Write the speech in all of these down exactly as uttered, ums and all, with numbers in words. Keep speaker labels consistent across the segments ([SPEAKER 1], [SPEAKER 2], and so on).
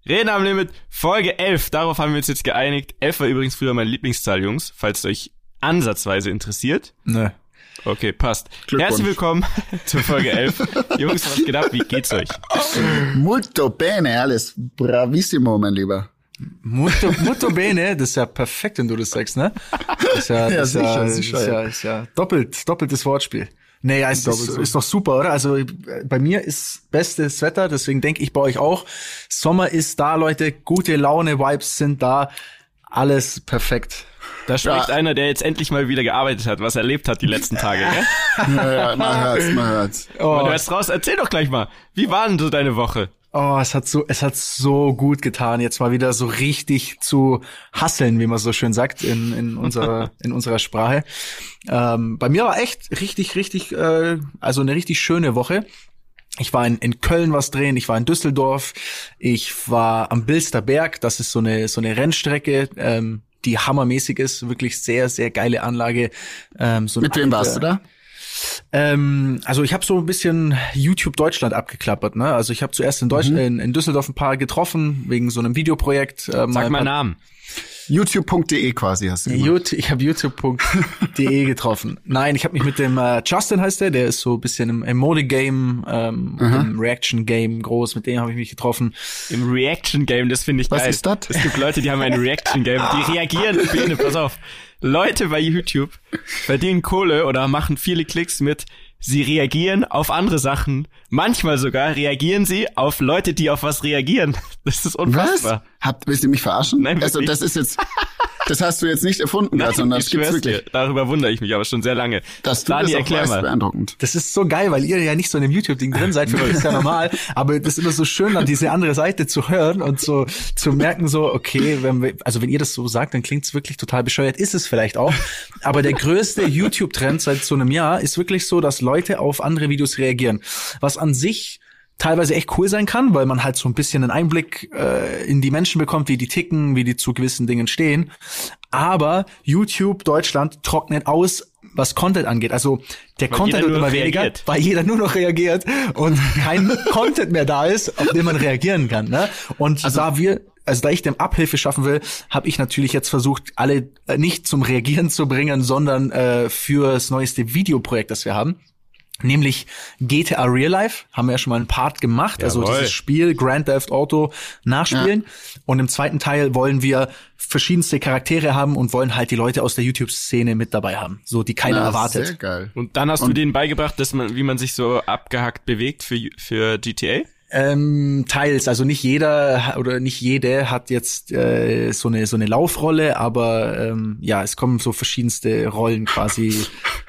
[SPEAKER 1] Reden am Limit, Folge elf. Darauf haben wir uns jetzt geeinigt. elf war übrigens früher meine Lieblingszahl, Jungs, falls es euch ansatzweise interessiert.
[SPEAKER 2] Ne.
[SPEAKER 1] Okay, passt. Herzlich willkommen zur Folge elf. Jungs, was geht ab? Wie geht's euch?
[SPEAKER 3] Molto bene, alles bravissimo, mein Lieber.
[SPEAKER 2] Molto, molto bene, das ist ja perfekt, wenn du das sagst, ne? Das ist ja, das
[SPEAKER 3] ja,
[SPEAKER 2] ist
[SPEAKER 3] sicher,
[SPEAKER 2] ja,
[SPEAKER 3] sicher.
[SPEAKER 2] ist ja, ist ja doppelt, doppeltes Wortspiel. Nee, ja, ist, ist, ist doch super, oder? Also bei mir ist bestes Wetter, deswegen denke ich bei euch auch. Sommer ist da, Leute, gute Laune, Vibes sind da, alles perfekt.
[SPEAKER 1] Da spricht
[SPEAKER 3] ja.
[SPEAKER 1] einer, der jetzt endlich mal wieder gearbeitet hat, was er erlebt hat die letzten Tage, gell?
[SPEAKER 3] Ja, ja, man hört's, man hört's.
[SPEAKER 1] Oh. Du hörst raus, erzähl doch gleich mal, wie war denn so deine Woche?
[SPEAKER 2] Oh, es hat so, es hat so gut getan, jetzt mal wieder so richtig zu hustlen, wie man so schön sagt in, in unserer, in unserer Sprache. Ähm, bei mir war echt richtig, richtig, äh, also eine richtig schöne Woche. Ich war in, in Köln was drehen, ich war in Düsseldorf, ich war am Bilster Berg, das ist so eine, so eine Rennstrecke, ähm, die hammermäßig ist, wirklich sehr, sehr geile Anlage. Ähm, so
[SPEAKER 3] Mit wem warst du da?
[SPEAKER 2] Ähm, also ich habe so ein bisschen YouTube Deutschland abgeklappert, ne? Also ich habe zuerst in, Deutsch- mhm. in, in Düsseldorf ein paar getroffen, wegen so einem Videoprojekt. Ähm,
[SPEAKER 1] Sag mal Namen.
[SPEAKER 3] YouTube Punkt de quasi hast du gemacht.
[SPEAKER 2] YouTube, ich habe YouTube Punkt de getroffen. Nein, ich habe mich mit dem äh, Justin heißt der, der ist so ein bisschen im, im Mode-Game, ähm, im Reaction-Game groß, mit dem habe ich mich getroffen.
[SPEAKER 1] Im Reaction-Game, das finde ich
[SPEAKER 3] Was
[SPEAKER 1] geil.
[SPEAKER 3] Was ist das?
[SPEAKER 1] Es gibt Leute, die haben ein Reaction-Game, die reagieren. Bene, pass auf. Leute bei YouTube verdienen Kohle oder machen viele Klicks mit, sie reagieren auf andere Sachen. Manchmal sogar reagieren sie auf Leute, die auf was reagieren. Das ist unfassbar.
[SPEAKER 3] Was? Habt, willst du mich verarschen?
[SPEAKER 1] Nein,
[SPEAKER 3] also das ist jetzt, das hast du jetzt nicht erfunden,
[SPEAKER 1] Nein,
[SPEAKER 3] sondern das gibt's wirklich.
[SPEAKER 1] Dir. Darüber wundere ich mich aber schon sehr lange.
[SPEAKER 3] Das
[SPEAKER 1] Dani, erklär mal.
[SPEAKER 3] Beeindruckend.
[SPEAKER 2] Das ist so geil, weil ihr ja nicht so in dem YouTube-Ding drin seid, für euch ist ja normal, aber das ist immer so schön, dann diese andere Seite zu hören und so zu merken, so, okay, wenn wir, also wenn ihr das so sagt, dann klingt's wirklich total bescheuert, ist es vielleicht auch, aber der größte YouTube-Trend seit so einem Jahr ist wirklich so, dass Leute auf andere Videos reagieren, was an sich teilweise echt cool sein kann, weil man halt so ein bisschen einen Einblick äh, in die Menschen bekommt, wie die ticken, wie die zu gewissen Dingen stehen. Aber YouTube Deutschland trocknet aus, was Content angeht. Also der
[SPEAKER 1] weil
[SPEAKER 2] Content wird immer weniger, reagiert. Weil jeder nur noch reagiert und kein Content mehr da ist, auf den man reagieren kann. Ne? Und also, da wir Also da ich dem Abhilfe schaffen will, habe ich natürlich jetzt versucht, alle äh, nicht zum Reagieren zu bringen, sondern äh, für das neueste Videoprojekt, das wir haben. Nämlich G T A Real Life, haben wir ja schon mal einen Part gemacht,
[SPEAKER 1] Jawohl.
[SPEAKER 2] also dieses Spiel Grand Theft Auto nachspielen. Ja. Und im zweiten Teil wollen wir verschiedenste Charaktere haben und wollen halt die Leute aus der YouTube-Szene mit dabei haben, so die keiner
[SPEAKER 3] ja,
[SPEAKER 2] erwartet.
[SPEAKER 3] Sehr geil.
[SPEAKER 1] Und dann hast
[SPEAKER 3] und
[SPEAKER 1] du denen beigebracht, dass man, wie man sich so abgehackt bewegt für für G T A?
[SPEAKER 2] Ähm, teils, also nicht jeder oder nicht jede hat jetzt äh, so eine so eine Laufrolle, aber ähm, ja, es kommen so verschiedenste Rollen quasi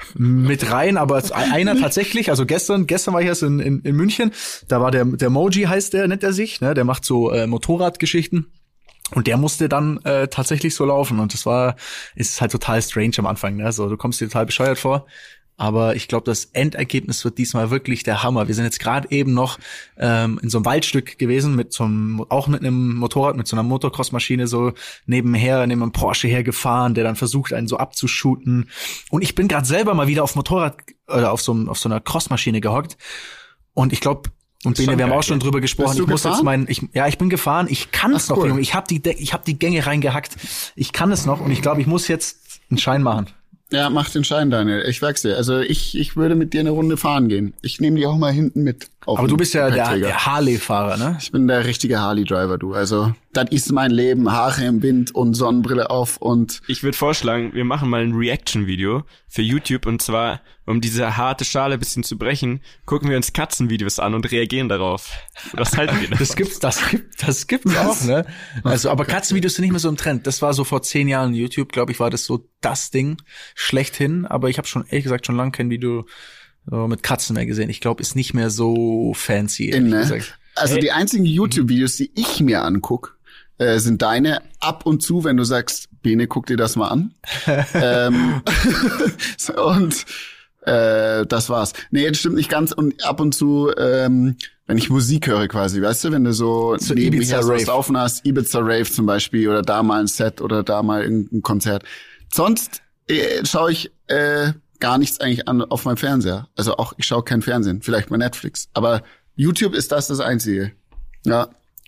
[SPEAKER 2] mit rein, aber einer tatsächlich, also gestern, gestern war ich erst in, in, in München, da war der der Moji heißt der, nennt er sich, ne, der macht so äh, Motorradgeschichten. Und der musste dann äh, tatsächlich so laufen und das war, ist halt total strange am Anfang, ne, so du kommst dir total bescheuert vor. Aber ich glaube, das Endergebnis wird diesmal wirklich der Hammer. Wir sind jetzt gerade eben noch ähm, in so einem Waldstück gewesen, mit so einem, auch mit einem Motorrad, mit so einer Motocross-Maschine so nebenher, neben einem Porsche hergefahren, der dann versucht, einen so abzuschuten. Und ich bin gerade selber mal wieder auf Motorrad oder auf so, auf so einer Crossmaschine gehockt. Und ich glaube, und Bene, wir haben auch schon drüber gesprochen. Ich muss jetzt meinen, ich, ja, ich bin gefahren. Ich kann es noch, cool. Junge. Ich habe die, ich habe die Gänge reingehackt. Ich kann es noch und ich glaube, ich muss jetzt einen Schein machen.
[SPEAKER 3] Ja, mach den Schein, Daniel. Ich sag's dir. Also ich ich würde mit dir eine Runde fahren gehen. Ich nehme die auch mal hinten mit.
[SPEAKER 2] Aber du bist ja der, der Harley-Fahrer, ne?
[SPEAKER 3] Ich bin der richtige Harley-Driver, du. Also das ist mein Leben. Haare im Wind und Sonnenbrille auf und...
[SPEAKER 1] Ich würde vorschlagen, wir machen mal ein Reaction-Video für YouTube und zwar, um diese harte Schale ein bisschen zu brechen, gucken wir uns Katzenvideos an und reagieren darauf. Was halten wir davon?
[SPEAKER 2] Das gibt's, das gibt, das gibt's auch, ne? Also, aber Katzenvideos sind nicht mehr so im Trend. Das war so vor zehn Jahren YouTube, glaube ich, war das so das Ding schlechthin. Aber ich habe schon, ehrlich gesagt, schon lange kein Video so mit Katzen mehr gesehen. Ich glaube, ist nicht mehr so fancy, ehrlich
[SPEAKER 3] ne?
[SPEAKER 2] gesagt.
[SPEAKER 3] Also
[SPEAKER 1] hey.
[SPEAKER 3] Die einzigen YouTube-Videos, die ich mir anguck, äh, sind deine ab und zu, wenn du sagst, Bene, guck dir das mal an. ähm, und äh, das war's. Nee, das stimmt nicht ganz. Und ab und zu, ähm, wenn ich Musik höre quasi, weißt du, wenn du so,
[SPEAKER 2] so
[SPEAKER 3] nebenher sowas laufen hast, Ibiza Rave zum Beispiel, oder da mal ein Set oder da mal irgendein Konzert. Sonst äh, schaue ich äh, gar nichts eigentlich an auf meinem Fernseher. Also auch, ich schaue kein Fernsehen, vielleicht mal Netflix. Aber YouTube ist das das Einzige. Ja.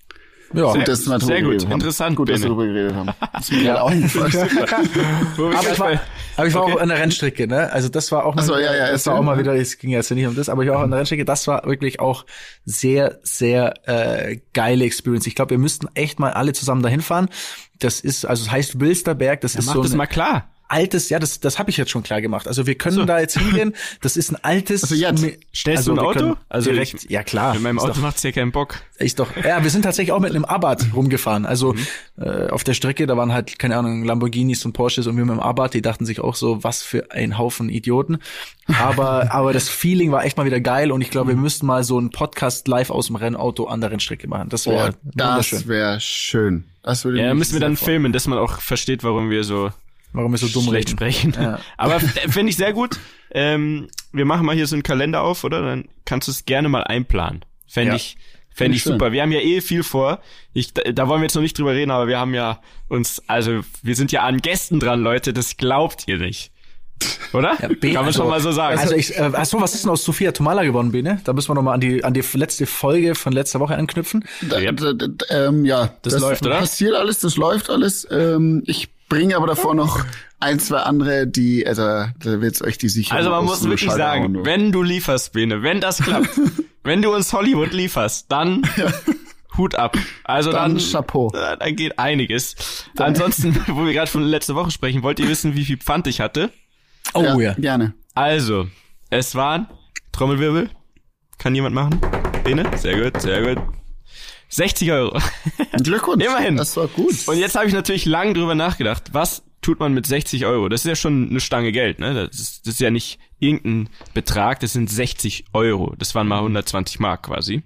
[SPEAKER 2] Ja,
[SPEAKER 3] Gut, dass wir drüber
[SPEAKER 1] sehr gut,
[SPEAKER 3] geredet haben.
[SPEAKER 1] interessant,
[SPEAKER 3] Gut, dass wir
[SPEAKER 1] Bene.
[SPEAKER 3] drüber geredet haben. Das ist mir gerade auch eingefallen.
[SPEAKER 1] Wo wir
[SPEAKER 2] aber
[SPEAKER 1] grad
[SPEAKER 2] ich war,
[SPEAKER 1] bei-
[SPEAKER 2] aber ich war
[SPEAKER 1] Okay.
[SPEAKER 2] auch an der Rennstrecke, ne? Also das war auch mal,
[SPEAKER 3] Ach so, ja, ja,
[SPEAKER 2] das war
[SPEAKER 3] erzähl.
[SPEAKER 2] auch mal wieder, es ging jetzt ja nicht um das, aber ich war auch an der Rennstrecke, das war wirklich auch sehr, sehr äh, geile Experience. Ich glaube, wir müssten echt mal alle zusammen dahin fahren. Das ist, also es heißt Wilsterberg, das
[SPEAKER 1] Ja,
[SPEAKER 2] ist
[SPEAKER 1] mach
[SPEAKER 2] so
[SPEAKER 1] das
[SPEAKER 2] ein
[SPEAKER 1] mal klar.
[SPEAKER 2] altes, ja, das, das habe ich jetzt schon klar gemacht. Also wir können
[SPEAKER 1] So.
[SPEAKER 2] da jetzt hingehen, das ist ein altes.
[SPEAKER 3] Also jetzt?
[SPEAKER 2] Mi-
[SPEAKER 1] Stellst
[SPEAKER 2] also
[SPEAKER 1] du ein
[SPEAKER 2] wir
[SPEAKER 1] Auto?
[SPEAKER 2] können
[SPEAKER 1] Also
[SPEAKER 2] direkt,
[SPEAKER 1] ich-
[SPEAKER 2] ja klar.
[SPEAKER 1] Mit meinem
[SPEAKER 2] ist
[SPEAKER 1] Auto
[SPEAKER 2] doch,
[SPEAKER 1] macht's ja keinen Bock.
[SPEAKER 2] ist doch, ja, wir sind tatsächlich auch mit einem Abarth rumgefahren. Also äh, auf der Strecke, da waren halt, keine Ahnung, Lamborghinis und Porsches und wir mit dem Abarth, die dachten sich auch so, was für ein Haufen Idioten. Aber aber das Feeling war echt mal wieder geil und ich glaube, wir müssten mal so einen Podcast live aus dem Rennauto an der Rennstrecke machen. Das wäre
[SPEAKER 3] Boah, das
[SPEAKER 2] wunderschön.
[SPEAKER 3] wäre schön. Das würde
[SPEAKER 1] Ja,
[SPEAKER 3] mich
[SPEAKER 1] müssen wir
[SPEAKER 3] sehr
[SPEAKER 1] dann
[SPEAKER 3] freuen.
[SPEAKER 1] filmen, dass man auch versteht, warum wir so
[SPEAKER 2] Warum wir so dumm
[SPEAKER 1] schlecht
[SPEAKER 2] reden.
[SPEAKER 1] sprechen.
[SPEAKER 2] Ja.
[SPEAKER 1] Aber äh, finde ich sehr gut. Ähm, wir machen mal hier so einen Kalender auf, oder? Dann kannst du es gerne mal einplanen. Fände
[SPEAKER 2] Ja.
[SPEAKER 1] ich, fände ich
[SPEAKER 3] schön.
[SPEAKER 1] super. Wir haben ja eh viel vor. Ich, da, da wollen wir jetzt noch nicht drüber reden, aber wir haben ja uns, also wir sind ja an Gästen dran, Leute. Das glaubt ihr nicht. Oder?
[SPEAKER 2] Ja, B-
[SPEAKER 1] Kann man schon mal so sagen.
[SPEAKER 2] Also ich, äh, ach so, was ist denn aus Sophia Tomala geworden, Bene? Da müssen wir noch mal an die an die letzte Folge von letzter Woche anknüpfen.
[SPEAKER 3] Da,
[SPEAKER 1] Ja.
[SPEAKER 3] da, da, ähm, ja,
[SPEAKER 1] Das läuft, oder?
[SPEAKER 3] Passiert alles, das läuft alles. Ähm, ich bringe aber davor noch ein, zwei andere, die, also da wird's euch die sicher.
[SPEAKER 1] Also man
[SPEAKER 3] aus
[SPEAKER 1] muss
[SPEAKER 3] dem
[SPEAKER 1] wirklich
[SPEAKER 3] Schalter hauen,
[SPEAKER 1] sagen,
[SPEAKER 3] nur.
[SPEAKER 1] wenn du lieferst, Bene, wenn das klappt, wenn du uns Hollywood lieferst, dann Hut ab. Also dann,
[SPEAKER 3] Dann Chapeau.
[SPEAKER 1] äh, dann geht einiges. Ansonsten, wo wir gerade von letzter Woche sprechen, wollt ihr wissen, wie viel Pfand ich hatte?
[SPEAKER 2] Oh ja.
[SPEAKER 3] ja, gerne.
[SPEAKER 1] Also, es waren, Trommelwirbel, kann jemand machen? Bene? Sehr gut, sehr gut. sechzig Euro.
[SPEAKER 3] Glückwunsch.
[SPEAKER 1] Immerhin.
[SPEAKER 3] Das war gut.
[SPEAKER 1] Und jetzt habe ich natürlich lang drüber nachgedacht, was tut man mit sechzig Euro? Das ist ja schon eine Stange Geld, ne? Das ist, das ist ja nicht irgendein Betrag, das sind sechzig Euro. Das waren mal hundertzwanzig Mark quasi.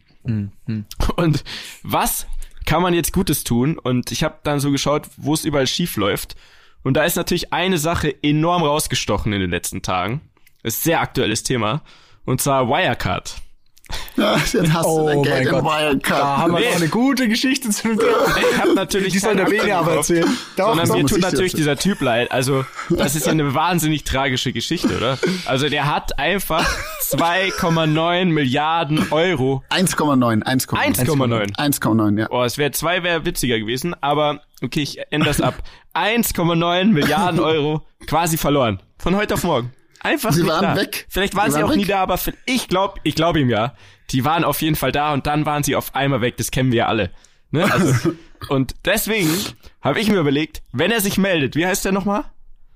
[SPEAKER 1] Und was kann man jetzt Gutes tun? Und ich habe dann so geschaut, wo es überall schief läuft. Und da ist natürlich eine Sache enorm rausgestochen in den letzten Tagen. Das ist ein sehr aktuelles Thema. Und zwar Wirecard.
[SPEAKER 3] Ja, jetzt hast du dein Geld in Wirecard.
[SPEAKER 2] Da haben wir
[SPEAKER 1] Nee.
[SPEAKER 2] noch eine gute Geschichte zu dem Thema.
[SPEAKER 1] Ich habe natürlich
[SPEAKER 2] Die soll der
[SPEAKER 1] keine
[SPEAKER 2] Bene aber
[SPEAKER 1] gekauft,
[SPEAKER 2] erzählen. Doch,
[SPEAKER 1] sondern
[SPEAKER 2] doch,
[SPEAKER 1] mir
[SPEAKER 3] muss
[SPEAKER 1] tut
[SPEAKER 3] ich
[SPEAKER 1] natürlich
[SPEAKER 3] jetzt.
[SPEAKER 1] dieser Typ leid. Also das ist ja eine wahnsinnig tragische Geschichte, oder? Also der hat einfach zwei Komma neun Milliarden Euro.
[SPEAKER 3] eins Komma neun, eins Komma neun.
[SPEAKER 1] eins Komma neun.
[SPEAKER 3] eins Komma neun, ja.
[SPEAKER 1] Oh, es wäre zwei wäre witziger gewesen, aber okay, ich ändere das ab. eins Komma neun Milliarden Euro quasi verloren. Von heute auf morgen. Einfach
[SPEAKER 3] Sie
[SPEAKER 1] nicht
[SPEAKER 3] waren
[SPEAKER 1] da.
[SPEAKER 3] weg.
[SPEAKER 1] Vielleicht waren
[SPEAKER 3] Sie
[SPEAKER 1] sie,
[SPEAKER 3] waren
[SPEAKER 1] auch nie
[SPEAKER 3] weg.
[SPEAKER 1] da, aber ich glaube, ich glaube ihm ja. Die waren auf jeden Fall da und dann waren sie auf einmal weg. Das kennen wir ja alle. Ne? Also, und deswegen habe ich mir überlegt, wenn er sich meldet, wie heißt der nochmal?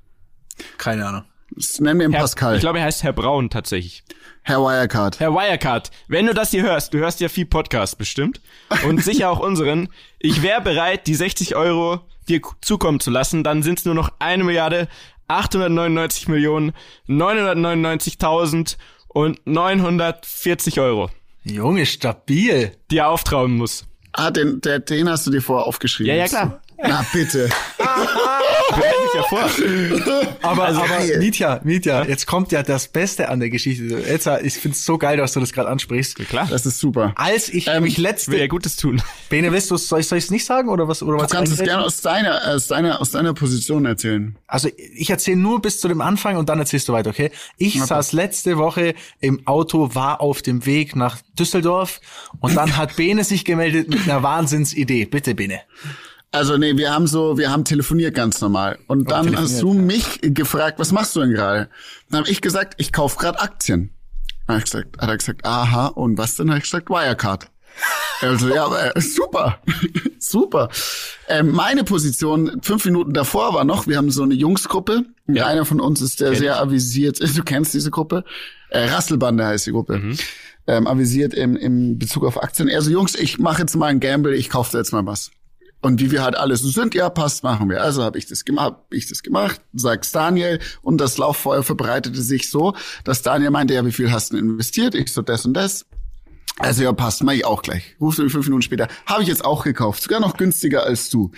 [SPEAKER 2] Keine Ahnung.
[SPEAKER 3] Das nennen wir ihn
[SPEAKER 1] Herr,
[SPEAKER 3] Pascal.
[SPEAKER 1] Ich glaube, er heißt Herr Braun tatsächlich.
[SPEAKER 3] Herr Wirecard.
[SPEAKER 1] Herr Wirecard, wenn du das hier hörst, du hörst ja viel Podcast bestimmt und sicher auch unseren, ich wäre bereit, die sechzig Euro dir zukommen zu lassen, dann sind es nur noch eine Milliarde achthundertneunundneunzig Millionen neunhundertneunundneunzigtausend und neunhundertvierzig Euro,
[SPEAKER 2] Junge, stabil.
[SPEAKER 1] die er auftrauen muss.
[SPEAKER 3] Ah, den, der, den hast du dir vorher aufgeschrieben.
[SPEAKER 1] Ja, ja, klar.
[SPEAKER 3] Na, bitte.
[SPEAKER 1] Bereite mich ja vor.
[SPEAKER 2] Aber,
[SPEAKER 1] Also,
[SPEAKER 2] aber
[SPEAKER 3] geil.
[SPEAKER 2] Mietja, Mietja, jetzt kommt ja das Beste an der Geschichte. Jetzt, ich find's so geil, dass du das gerade ansprichst.
[SPEAKER 1] Klar,
[SPEAKER 3] Das ist super.
[SPEAKER 2] Als ich
[SPEAKER 3] Ähm,
[SPEAKER 2] mich
[SPEAKER 1] ich will
[SPEAKER 2] letzte,
[SPEAKER 1] ja Gutes tun.
[SPEAKER 2] Bene, willst du, soll ich soll ich's nicht sagen oder was? Oder
[SPEAKER 3] Du
[SPEAKER 2] was
[SPEAKER 3] kannst es
[SPEAKER 2] eingreifen?
[SPEAKER 3] gerne aus deiner, aus deiner, aus deiner Position erzählen.
[SPEAKER 2] Also ich erzähle nur bis zu dem Anfang und dann erzählst du weiter, okay? Ich
[SPEAKER 3] Okay.
[SPEAKER 2] saß letzte Woche im Auto, war auf dem Weg nach Düsseldorf und dann hat Bene sich gemeldet mit einer Wahnsinnsidee. Bitte, Bene.
[SPEAKER 3] Also nee, wir haben so, wir haben telefoniert ganz normal. Und dann
[SPEAKER 2] telefoniert,
[SPEAKER 3] hast du mich gefragt, was machst du denn gerade? Dann habe ich gesagt, ich kaufe gerade Aktien. Dann hat er gesagt, hat er gesagt, aha, und was denn? Habe ich gesagt, Wirecard. Also ja, aber, äh, super, super. Ähm, meine Position fünf Minuten davor war noch, wir haben so eine Jungsgruppe.
[SPEAKER 1] Ja.
[SPEAKER 3] Einer von uns ist der
[SPEAKER 1] Kenn
[SPEAKER 3] sehr
[SPEAKER 1] ich.
[SPEAKER 3] avisiert, du kennst diese Gruppe, äh, Rasselbande heißt die Gruppe.
[SPEAKER 1] Mhm.
[SPEAKER 3] Ähm, avisiert im, im Bezug auf Aktien. Also Jungs, ich mache jetzt mal ein Gamble, ich kaufe jetzt mal was. Und wie wir halt alle so sind, ja, passt, machen wir. Also habe ich das gemacht, hab ich das gemacht, sagt's Daniel. Und das Lauffeuer verbreitete sich so, dass Daniel meinte, ja, wie viel hast du denn investiert? Ich so, das und das. Also ja, passt, mach ich auch gleich. Rufst du mich fünf Minuten später. Habe ich jetzt auch gekauft, sogar noch günstiger als du.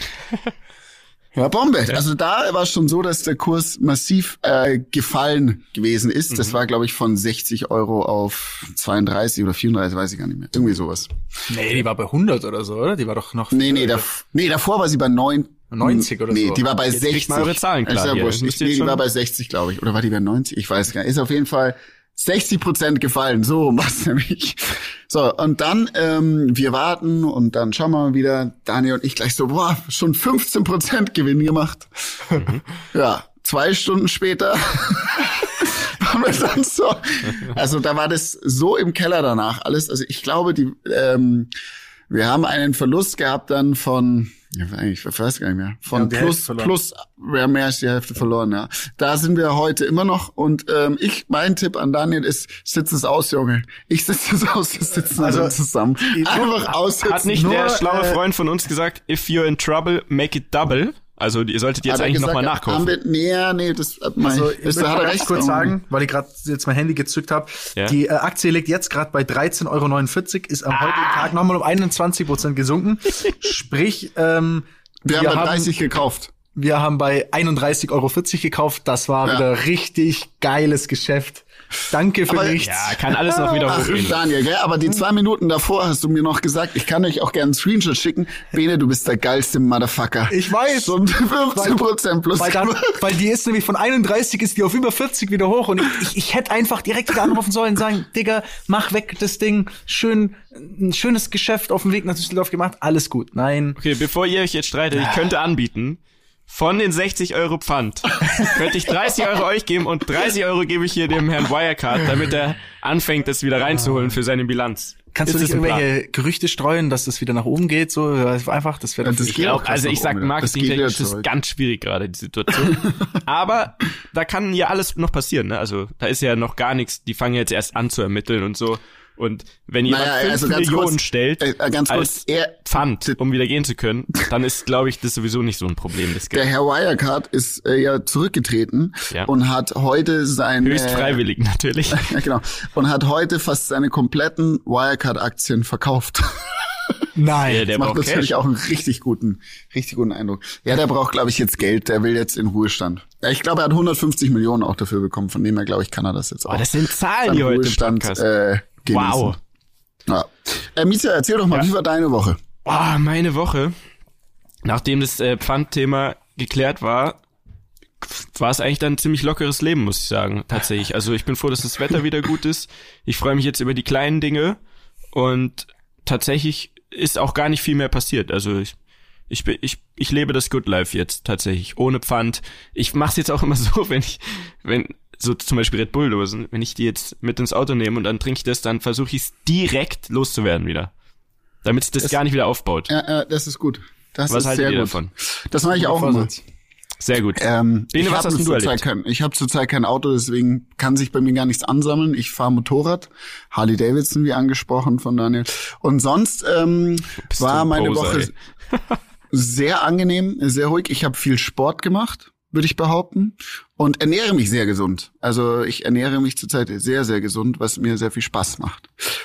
[SPEAKER 3] Ja, Bombe. Also da war es schon so, dass der Kurs massiv äh, gefallen gewesen ist. Das war, glaube ich, von sechzig Euro auf zweiunddreißig oder vierunddreißig, weiß ich gar nicht mehr. Irgendwie sowas.
[SPEAKER 2] Nee, die war bei hundert oder so, oder? Die war doch noch...
[SPEAKER 3] Nee, nee, da, nee davor war sie bei neun,
[SPEAKER 2] neunzig oder
[SPEAKER 3] nee,
[SPEAKER 2] so.
[SPEAKER 3] die war bei
[SPEAKER 1] Jetzt kriegt
[SPEAKER 3] sechzig.
[SPEAKER 1] man eure Zahlen klar
[SPEAKER 3] Ist ja
[SPEAKER 1] hier.
[SPEAKER 3] wurscht.
[SPEAKER 1] Müsst
[SPEAKER 3] Ich,
[SPEAKER 1] ihr
[SPEAKER 3] nee, die
[SPEAKER 1] schon-
[SPEAKER 3] war bei sechzig, glaube ich. Oder war die bei neunzig? Ich weiß gar nicht. Ist auf jeden Fall sechzig Prozent gefallen, so rum war's nämlich. So, und dann, ähm, wir warten und dann schauen wir mal wieder, Daniel und ich gleich so, boah, schon fünfzehn Prozent Gewinn gemacht. Mhm. Ja, zwei Stunden später waren wir dann so. Also da war das so im Keller danach alles. Also ich glaube, die, ähm, wir haben einen Verlust gehabt dann von, ja, ich weiß gar nicht mehr, von plus, plus, wir haben mehr als die Hälfte verloren, ja. Da sind wir heute immer noch und ähm, ich, mein Tipp an Daniel ist, sitz es aus, Junge. Ich sitze es aus, wir sitzen also zusammen. Einfach aussitzen.
[SPEAKER 1] Hat nicht nur, der schlaue äh, Freund von uns gesagt, if you're in trouble, make it double? Also ihr solltet jetzt eigentlich nochmal nachkaufen.
[SPEAKER 3] Wir, nee, nee, das
[SPEAKER 2] also, ich will hat er recht kurz sagen, weil ich gerade jetzt mein Handy gezückt habe. Ja. Die äh, Aktie liegt jetzt gerade bei dreizehn Euro neunundvierzig, ist am ah. heutigen Tag nochmal um einundzwanzig Prozent gesunken. Sprich, ähm,
[SPEAKER 3] wir, wir haben bei dreißig haben, gekauft.
[SPEAKER 2] Wir haben bei einunddreißig Euro vierzig gekauft. Das war ja. wieder richtig geiles Geschäft. Danke für
[SPEAKER 3] aber,
[SPEAKER 2] nichts.
[SPEAKER 1] Ja, kann alles noch wieder hochgehen.
[SPEAKER 3] Daniel, gell? Aber die zwei Minuten davor hast du mir noch gesagt, ich kann euch auch gerne einen Screenshot schicken. Bene, du bist der geilste Motherfucker.
[SPEAKER 2] Ich weiß.
[SPEAKER 3] Und fünfzehn Prozent plus.
[SPEAKER 2] Weil, dann, weil die ist nämlich von einunddreißig ist die auf über vierzig wieder hoch und ich, ich, ich hätte einfach direkt wieder anrufen sollen und sagen, Digga, mach weg das Ding. Schön, ein schönes Geschäft auf dem Weg nach Düsseldorf gemacht. Alles gut. Nein.
[SPEAKER 1] Okay, bevor ihr euch jetzt streitet, ich könnte anbieten, von den sechzig Euro Pfand könnte ich dreißig Euro euch geben und dreißig Euro gebe ich hier dem Herrn Wirecard, damit er anfängt, das wieder reinzuholen für seine Bilanz.
[SPEAKER 2] Kannst Ist du nicht irgendwelche Gerüchte streuen, dass das wieder nach oben geht? So einfach, das wäre
[SPEAKER 1] das geht auch. Also ich sag, marketingtechnisch ist es ganz schwierig gerade die Situation. Aber da kann ja alles noch passieren. Ne? Also da ist ja noch gar nichts. Die fangen jetzt erst an zu ermitteln und so. Und wenn jemand naja, fünf also Millionen kurz, stellt äh, ganz kurz, als er, Pfand, um wieder gehen zu können, dann ist, glaube ich, das sowieso nicht so ein Problem. Das
[SPEAKER 3] der Herr Wirecard ist äh, ja zurückgetreten ja. und hat heute seine...
[SPEAKER 1] Höchst freiwillig natürlich.
[SPEAKER 3] Ja, genau. Und hat heute fast seine kompletten Wirecard-Aktien verkauft.
[SPEAKER 2] Nein.
[SPEAKER 3] Ja, der das macht natürlich auch einen richtig guten, richtig guten Eindruck. Ja, der braucht, glaube ich, jetzt Geld. Der will jetzt in Ruhestand. Ja, ich glaube, er hat hundertfünfzig Millionen auch dafür bekommen. Von dem her, glaube ich, kann er das jetzt auch.
[SPEAKER 1] Oh, das sind Zahlen, die heute im Podcast.
[SPEAKER 3] Äh, genießen. Wow. Ja. Äh, Mietja, erzähl doch mal, ja. wie war deine Woche?
[SPEAKER 1] Oh, meine Woche. Nachdem das äh, Pfandthema geklärt war, war es eigentlich dann ein ziemlich lockeres Leben, muss ich sagen, tatsächlich. Also ich bin froh, dass das Wetter wieder gut ist. Ich freue mich jetzt über die kleinen Dinge und tatsächlich ist auch gar nicht viel mehr passiert. Also ich ich ich ich lebe das Good Life jetzt tatsächlich ohne Pfand. Ich mach's jetzt auch immer so, wenn ich wenn so zum Beispiel Red Bull Dosen, wenn ich die jetzt mit ins Auto nehme und dann trinke ich das, dann versuche ich es direkt loszuwerden wieder, damit sich das, das gar nicht wieder aufbaut.
[SPEAKER 3] Ja, ja, das ist gut. Das
[SPEAKER 1] was
[SPEAKER 3] ist
[SPEAKER 1] haltet
[SPEAKER 3] sehr
[SPEAKER 1] ihr
[SPEAKER 3] gut.
[SPEAKER 1] davon?
[SPEAKER 3] Das mache ich auch immer.
[SPEAKER 1] Sehr gut.
[SPEAKER 3] Ähm,
[SPEAKER 1] Bene, was hast du erlebt?
[SPEAKER 3] Kein, ich habe zurzeit kein Auto, deswegen kann sich bei mir gar nichts ansammeln. Ich fahre Motorrad, Harley Davidson, wie angesprochen von Daniel. Und sonst ähm, war meine Poser, Woche sehr angenehm, sehr ruhig. Ich habe viel Sport gemacht, würde ich behaupten, und ernähre mich sehr gesund. Also ich ernähre mich zurzeit sehr, sehr gesund, was mir sehr viel Spaß macht.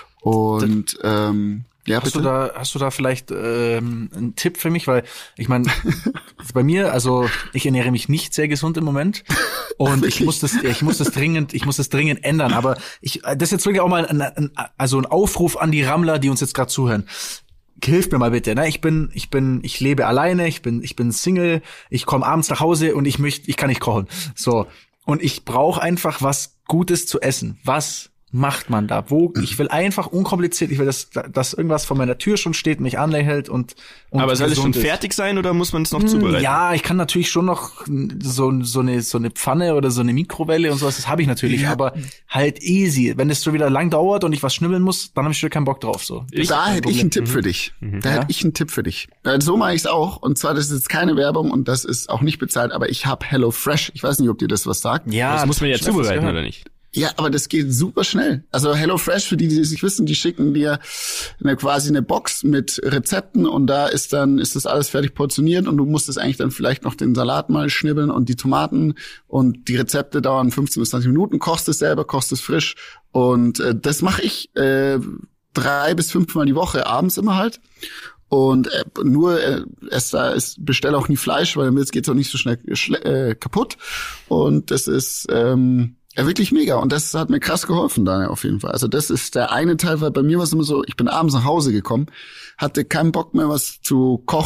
[SPEAKER 3] Und ähm, ja,
[SPEAKER 2] hast
[SPEAKER 3] bitte?
[SPEAKER 2] du da hast du da vielleicht ähm, einen Tipp für mich, weil ich meine, bei mir, also ich ernähre mich nicht sehr gesund im Moment und ich muss das ich muss das dringend ich muss das dringend ändern, aber ich das ist jetzt wirklich auch mal ein, ein, also ein Aufruf an die Rammler, die uns jetzt gerade zuhören. Hilf mir mal bitte, ne? Ich bin, ich bin, ich lebe alleine, ich bin, ich bin Single, ich komme abends nach Hause und ich möchte, ich kann nicht kochen. So. Und ich brauche einfach was Gutes zu essen. Was macht man da? Wo? Ich will einfach unkompliziert, ich will, dass, dass irgendwas vor meiner Tür schon steht, mich anlächelt und, und
[SPEAKER 1] aber soll es schon
[SPEAKER 2] ist.
[SPEAKER 1] fertig sein oder muss man es noch zubereiten?
[SPEAKER 2] Ja, ich kann natürlich schon noch so, so eine, so eine Pfanne oder so eine Mikrowelle und sowas, das habe ich natürlich, ja. aber halt easy. Wenn es so wieder lang dauert und ich was schnibbeln muss, dann habe ich schon keinen Bock drauf, so.
[SPEAKER 3] Ich, da hätte ich einen Tipp mhm. für dich. Mhm. Da ja? hätte ich einen Tipp für dich. So mache ich es auch. Und zwar, das ist jetzt keine Werbung und das ist auch nicht bezahlt, aber ich habe HelloFresh. Ich weiß nicht, ob dir das was sagt.
[SPEAKER 1] Ja, das, das muss man ja zubereiten, oder nicht?
[SPEAKER 3] Ja, aber das geht super schnell. Also HelloFresh, für die, die es nicht wissen, die schicken dir eine, quasi eine Box mit Rezepten und da ist dann, ist das alles fertig portioniert und du musst es eigentlich dann vielleicht noch den Salat mal schnibbeln und die Tomaten und die Rezepte dauern fünfzehn bis zwanzig Minuten, kochst es selber, kochst es frisch und äh, das mache ich äh, drei bis fünfmal die Woche, abends immer halt. Und äh, nur äh, es da ist bestelle auch nie Fleisch, weil damit geht's auch nicht so schnell äh, kaputt und das ist ähm, ja, wirklich mega. Und das hat mir krass geholfen, Daniel, auf jeden Fall. Also das ist der eine Teil, weil bei mir war es immer so, ich bin abends nach Hause gekommen, hatte keinen Bock mehr, was zu kochen.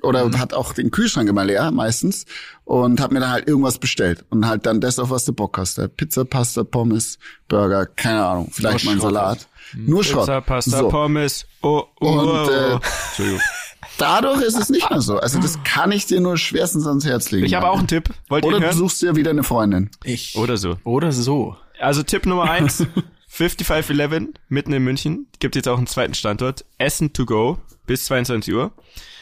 [SPEAKER 3] oder mhm. hat auch den Kühlschrank immer leer meistens und hab mir dann halt irgendwas bestellt und halt dann das, auf was du Bock hast. Pizza, Pasta, Pommes, Burger, keine Ahnung, vielleicht mal ein Salat. Nur Schrott.
[SPEAKER 1] Pizza, Pasta, so. Pommes, oh, oh,
[SPEAKER 3] und äh,
[SPEAKER 1] oh. Entschuldigung.
[SPEAKER 3] Dadurch ist es nicht mehr so. Also das kann ich dir nur schwerstens ans Herz legen.
[SPEAKER 1] Ich habe auch einen Tipp. Wollt
[SPEAKER 3] Oder
[SPEAKER 1] ihr hören?
[SPEAKER 3] du suchst dir wieder eine Freundin.
[SPEAKER 2] Ich.
[SPEAKER 1] Oder so.
[SPEAKER 2] Oder so.
[SPEAKER 1] Also Tipp Nummer eins, fünfundfünfzig elf, mitten in München. Gibt jetzt auch einen zweiten Standort. Essen to go bis zweiundzwanzig Uhr.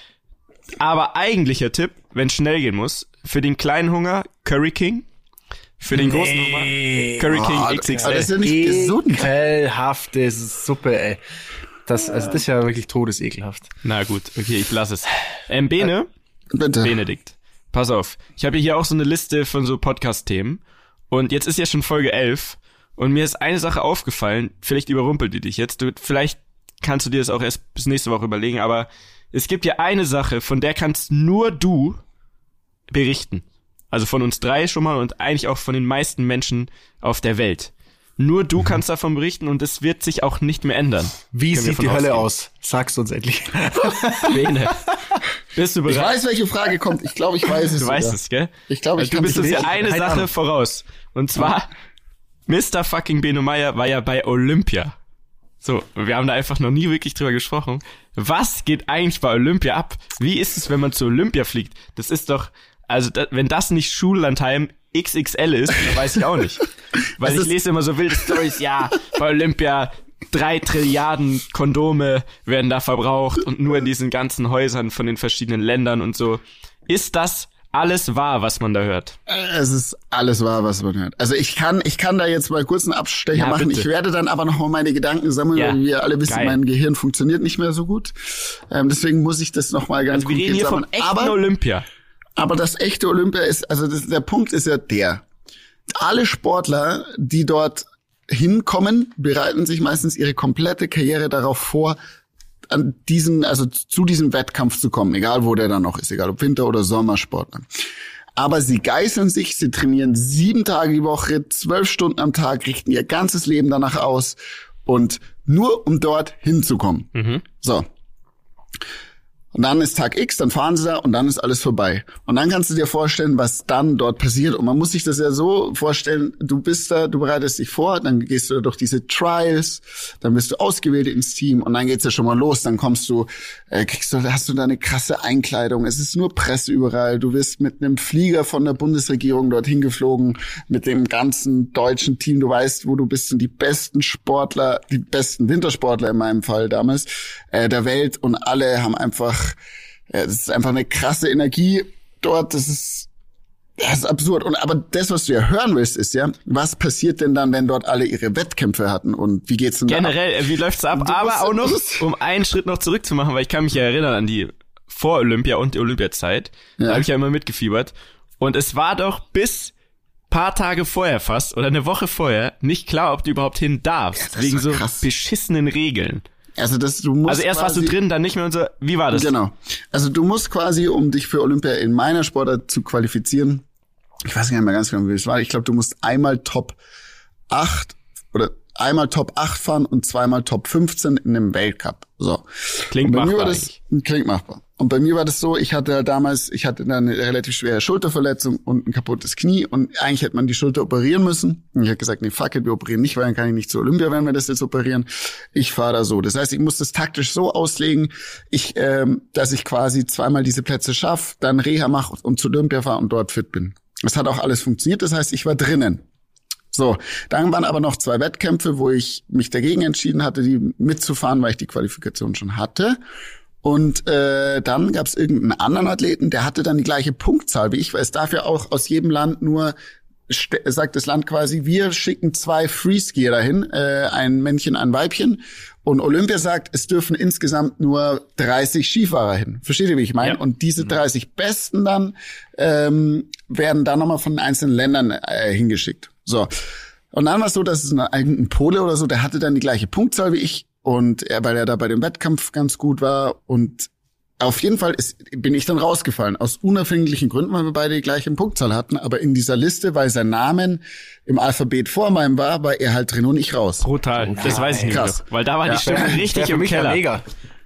[SPEAKER 1] Aber eigentlicher Tipp, wenn es schnell gehen muss, für den kleinen Hunger Curry King. Für den
[SPEAKER 2] nee.
[SPEAKER 1] großen Hunger Curry King
[SPEAKER 3] Oh,
[SPEAKER 1] X X
[SPEAKER 3] aber
[SPEAKER 1] L.
[SPEAKER 3] das ist ja nicht gesund.
[SPEAKER 2] Ekelhafte Suppe, ey. Das, also das ist ja wirklich todesekelhaft.
[SPEAKER 1] Na gut, okay, ich lasse es. Ähm, Bene,
[SPEAKER 3] Bitte.
[SPEAKER 1] Benedikt, pass auf. Ich habe hier auch so eine Liste von so Podcast-Themen. Und jetzt ist ja schon Folge elf. Und mir ist eine Sache aufgefallen. Vielleicht überrumpelt die dich jetzt. Du, vielleicht kannst du dir das auch erst bis nächste Woche überlegen. Aber es gibt ja eine Sache, von der kannst nur du berichten. Also von uns drei schon mal und eigentlich auch von den meisten Menschen auf der Welt. Nur du kannst davon berichten und es wird sich auch nicht mehr ändern.
[SPEAKER 2] Wie
[SPEAKER 1] Können wir
[SPEAKER 2] sieht
[SPEAKER 1] von
[SPEAKER 2] die Hölle
[SPEAKER 1] ausgehen.
[SPEAKER 2] aus? Sag's uns endlich.
[SPEAKER 1] Bene, bist du bereit?
[SPEAKER 3] Ich weiß, welche Frage kommt. Ich glaube, ich weiß es.
[SPEAKER 1] Du weißt
[SPEAKER 3] sogar.
[SPEAKER 1] es, gell?
[SPEAKER 3] Ich glaube, ich
[SPEAKER 1] Also du
[SPEAKER 3] kann
[SPEAKER 1] bist
[SPEAKER 3] mich
[SPEAKER 1] uns ja
[SPEAKER 3] lesen.
[SPEAKER 1] eine
[SPEAKER 2] Keine
[SPEAKER 1] Sache
[SPEAKER 2] Ahnung.
[SPEAKER 1] voraus. Und zwar, Mister fucking Beno Meyer war ja bei Olympia. So, wir haben da einfach noch nie wirklich drüber gesprochen. Was geht eigentlich bei Olympia ab? Wie ist es, wenn man zu Olympia fliegt? Das ist doch, also da, wenn das nicht Schullandheim X X L ist, dann weiß ich auch nicht. Weil
[SPEAKER 3] Es
[SPEAKER 1] ich
[SPEAKER 3] ist-
[SPEAKER 1] lese immer so wilde Stories, ja, bei Olympia drei Trilliarden Kondome werden da verbraucht und nur in diesen ganzen Häusern von den verschiedenen Ländern und so. Ist das alles wahr, was man da hört?
[SPEAKER 3] Es ist alles wahr, was man hört. Also ich kann, ich kann da jetzt mal kurz einen Abstecher
[SPEAKER 1] Ja,
[SPEAKER 3] machen.
[SPEAKER 1] bitte.
[SPEAKER 3] Ich werde dann aber noch mal meine Gedanken sammeln,
[SPEAKER 1] Ja,
[SPEAKER 3] weil wir alle wissen,
[SPEAKER 1] geil.
[SPEAKER 3] mein Gehirn funktioniert nicht mehr so gut. Ähm, deswegen muss ich das noch mal ganz
[SPEAKER 1] Also wir reden
[SPEAKER 3] konkret
[SPEAKER 1] hier vom
[SPEAKER 3] sammeln.
[SPEAKER 1] echten
[SPEAKER 3] aber,
[SPEAKER 1] Olympia.
[SPEAKER 3] aber das echte Olympia ist, also das, der Punkt ist ja der. Alle Sportler, die dort hinkommen, bereiten sich meistens ihre komplette Karriere darauf vor, an diesen, also zu diesem Wettkampf zu kommen, egal wo der dann noch ist, egal ob Winter- oder Sommersportler. Aber sie geißeln sich, sie trainieren sieben Tage die Woche, zwölf Stunden am Tag, richten ihr ganzes Leben danach aus und nur um dort hinzukommen.
[SPEAKER 1] Mhm.
[SPEAKER 3] So. Und dann ist Tag X, dann fahren sie da und dann ist alles vorbei. Und dann kannst du dir vorstellen, was dann dort passiert. Und man muss sich das ja so vorstellen, du bist da, du bereitest dich vor, dann gehst du da durch diese Trials, dann wirst du ausgewählt ins Team und dann geht's ja schon mal los. Dann kommst du, äh, kriegst du, hast du da eine krasse Einkleidung. Es ist nur Presse überall. Du wirst mit einem Flieger von der Bundesregierung dorthin geflogen, mit dem ganzen deutschen Team. Du weißt, wo du bist und die besten Sportler, die besten Wintersportler in meinem Fall damals, äh, der Welt und alle haben einfach ja, das ist einfach eine krasse Energie dort, das ist, das ist absurd. Und aber das, was du ja hören willst, ist ja, was passiert denn dann, wenn dort alle ihre Wettkämpfe hatten und wie geht's denn
[SPEAKER 1] Generell, äh, wie läuft's ab?
[SPEAKER 3] Du
[SPEAKER 1] Aber
[SPEAKER 3] musst-
[SPEAKER 1] auch noch,
[SPEAKER 3] du musst-
[SPEAKER 1] um einen Schritt noch zurückzumachen, weil ich kann mich ja erinnern an die Vor-Olympia und die Olympiazeit. Da
[SPEAKER 3] Ja.
[SPEAKER 1] habe ich ja immer mitgefiebert. Und es war doch bis paar Tage vorher fast oder eine Woche vorher nicht klar, ob du überhaupt hin darfst.
[SPEAKER 3] das
[SPEAKER 1] wegen
[SPEAKER 3] war
[SPEAKER 1] so
[SPEAKER 3] krass.
[SPEAKER 1] beschissenen Regeln.
[SPEAKER 3] da? Also das, du musst
[SPEAKER 1] Also erst warst du
[SPEAKER 3] quasi-
[SPEAKER 1] drin, dann nicht mehr und so. Wie war das?
[SPEAKER 3] Genau. Also du musst quasi, um dich für Olympia in meiner Sportart zu qualifizieren, ich weiß gar nicht mehr ganz genau, wie es war, ich glaube, du musst einmal Top acht oder einmal Top acht fahren und zweimal Top fünfzehn in einem Weltcup. So.
[SPEAKER 1] Klingt
[SPEAKER 3] Und bei mir
[SPEAKER 1] machbar
[SPEAKER 3] war das, klingt machbar. Und bei mir war das so, ich hatte damals, ich hatte dann eine relativ schwere Schulterverletzung und ein kaputtes Knie und eigentlich hätte man die Schulter operieren müssen. Und ich habe gesagt, nee, fuck it, wir operieren nicht, weil dann kann ich nicht zur Olympia, wenn wir das jetzt operieren. Ich fahre da so. Das heißt, ich muss das taktisch so auslegen, ich, ähm, dass ich quasi zweimal diese Plätze schaffe, dann Reha mache und zur Olympia fahre und dort fit bin. Das hat auch alles funktioniert. Das heißt, ich war drinnen. So, dann waren aber noch zwei Wettkämpfe, wo ich mich dagegen entschieden hatte, die mitzufahren, weil ich die Qualifikation schon hatte. Und äh, dann gab es irgendeinen anderen Athleten, der hatte dann die gleiche Punktzahl wie ich, weil es darf ja auch aus jedem Land nur, st- sagt das Land quasi, wir schicken zwei Freeskier dahin, äh, ein Männchen, ein Weibchen. Und Olympia sagt, es dürfen insgesamt nur dreißig Skifahrer hin. Versteht ihr, wie ich meine?
[SPEAKER 1] Ja.
[SPEAKER 3] Und diese dreißig Besten dann ähm, werden dann nochmal von den einzelnen Ländern äh, hingeschickt. So. Und dann war es so, dass es ein, ein Pole oder so, der hatte dann die gleiche Punktzahl wie ich. Und er, weil er da bei dem Wettkampf ganz gut war. Und auf jeden Fall ist, bin ich dann rausgefallen. Aus unerfindlichen Gründen, weil wir beide die gleiche Punktzahl hatten. Aber in dieser Liste, weil sein Name im Alphabet vor meinem war, war er halt drin und ich raus.
[SPEAKER 1] Brutal. Das weiß ich nicht
[SPEAKER 3] krass.
[SPEAKER 1] mehr. Weil da war
[SPEAKER 3] Ja.
[SPEAKER 1] die Stimmung
[SPEAKER 2] Wär
[SPEAKER 1] richtig
[SPEAKER 2] für
[SPEAKER 1] im
[SPEAKER 2] mich ja
[SPEAKER 1] Keller.
[SPEAKER 2] mega.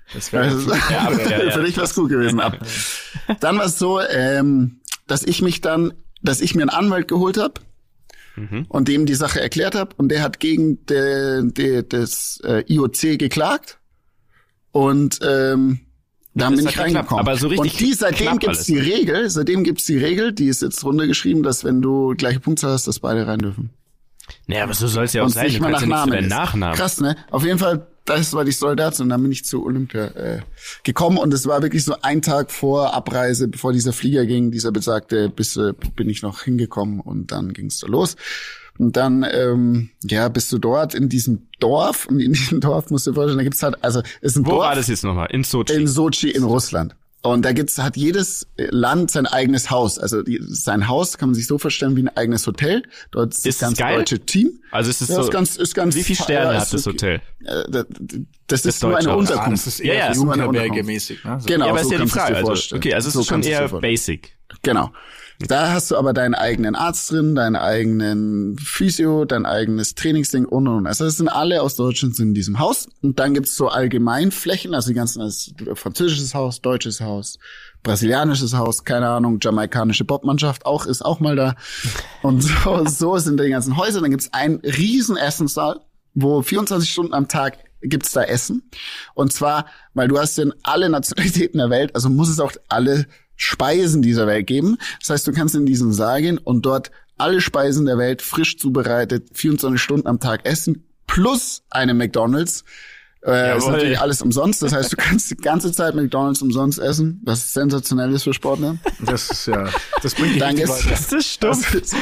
[SPEAKER 2] Das wäre
[SPEAKER 3] Also,
[SPEAKER 1] Ja, aber- ja, ja.
[SPEAKER 3] für dich war's gut gewesen. Ab. Dann war es so, ähm, dass ich mich dann, dass ich mir einen Anwalt geholt habe
[SPEAKER 1] Mhm.
[SPEAKER 3] und dem die Sache erklärt habe und der hat gegen de, de, das äh, I O C geklagt und ähm, da
[SPEAKER 1] Das
[SPEAKER 3] bin
[SPEAKER 1] hat
[SPEAKER 3] ich
[SPEAKER 1] geklappt,
[SPEAKER 3] reingekommen.
[SPEAKER 1] aber so richtig
[SPEAKER 3] und die, seitdem
[SPEAKER 1] knapp
[SPEAKER 3] gibt's
[SPEAKER 1] alles.
[SPEAKER 3] die Regel, seitdem gibt's die Regel, die ist jetzt runtergeschrieben, dass wenn du gleiche Punkte hast, dass beide rein dürfen.
[SPEAKER 1] Naja, aber so soll es ja auch
[SPEAKER 3] Und
[SPEAKER 1] sein.
[SPEAKER 3] nicht
[SPEAKER 1] Du
[SPEAKER 3] mal
[SPEAKER 1] kannst
[SPEAKER 3] nach
[SPEAKER 1] ja nicht für
[SPEAKER 3] Namen.
[SPEAKER 1] deinen
[SPEAKER 3] ist.
[SPEAKER 1] Nachnamen.
[SPEAKER 3] Krass, ne? Auf jeden Fall, das war die Story dazu und dann bin ich zu Olympia äh, gekommen und es war wirklich so ein Tag vor Abreise, bevor dieser Flieger ging, dieser besagte, bis äh, bin ich noch hingekommen und dann ging's da los. Und dann, ähm, ja, bist du dort in diesem Dorf und in diesem Dorf musst du dir vorstellen, da gibt's halt, also es ist ein
[SPEAKER 1] Wo
[SPEAKER 3] Dorf
[SPEAKER 1] war das jetzt nochmal? In Sochi.
[SPEAKER 3] in Sochi in Russland. Und da gibt's, hat jedes Land sein eigenes Haus. Also die, sein Haus kann man sich so vorstellen wie ein eigenes Hotel. Dort ist,
[SPEAKER 1] Ist
[SPEAKER 3] das
[SPEAKER 1] es
[SPEAKER 3] ganze
[SPEAKER 1] geil?
[SPEAKER 3] deutsche Team.
[SPEAKER 1] Also ist es
[SPEAKER 3] Ja,
[SPEAKER 1] so,
[SPEAKER 3] ist ganz, ist ganz,
[SPEAKER 1] wie viele Sterne
[SPEAKER 3] ja,
[SPEAKER 1] hat
[SPEAKER 3] ist
[SPEAKER 1] das
[SPEAKER 3] okay.
[SPEAKER 1] Hotel?
[SPEAKER 3] Äh, Das, das
[SPEAKER 1] Das
[SPEAKER 3] ist nur eine
[SPEAKER 1] deutsche Haus.
[SPEAKER 2] Ah,
[SPEAKER 3] Unterkunft.
[SPEAKER 2] das ist
[SPEAKER 1] Ja,
[SPEAKER 2] eher
[SPEAKER 1] ja.
[SPEAKER 2] so
[SPEAKER 3] Nur eine
[SPEAKER 2] Jugendherberge-mäßig. Ne? So.
[SPEAKER 3] Genau,
[SPEAKER 1] Ja, aber
[SPEAKER 3] so
[SPEAKER 1] ist ja die
[SPEAKER 3] kannst du es
[SPEAKER 1] Frage.
[SPEAKER 3] dir
[SPEAKER 1] Also,
[SPEAKER 3] vorstellen.
[SPEAKER 1] okay, also es
[SPEAKER 3] So
[SPEAKER 1] ist schon
[SPEAKER 3] kannst du es dir
[SPEAKER 1] eher
[SPEAKER 3] vorstellen.
[SPEAKER 1] basic.
[SPEAKER 3] Genau. Da hast du aber deinen eigenen Arzt drin, deinen eigenen Physio, dein eigenes Trainingsding und und und. Also das sind alle aus Deutschland sind in diesem Haus. Und dann gibt's so Allgemeinflächen, also die ganzen, also französisches Haus, deutsches Haus, brasilianisches Haus, keine Ahnung, jamaikanische Bobmannschaft auch ist auch mal da. Und so, so sind die ganzen Häuser. Dann gibt's einen riesen Essenssaal, wo vierundzwanzig Stunden am Tag gibt's da Essen. Und zwar, weil du hast denn alle Nationalitäten der Welt, also muss es auch alle Speisen dieser Welt geben. Das heißt, du kannst in diesen Saal gehen und dort alle Speisen der Welt frisch zubereitet, vierundzwanzig Stunden am Tag essen, plus eine McDonald's. Äh, ist
[SPEAKER 1] Jawohl.
[SPEAKER 3] natürlich alles umsonst. Das heißt, du kannst die ganze Zeit McDonald's umsonst essen, was sensationell ist für Sportler.
[SPEAKER 2] Das ist ja, das bringt dich
[SPEAKER 3] Dann
[SPEAKER 2] richtig
[SPEAKER 3] ist-
[SPEAKER 2] weiter.
[SPEAKER 1] Das ist stumpf.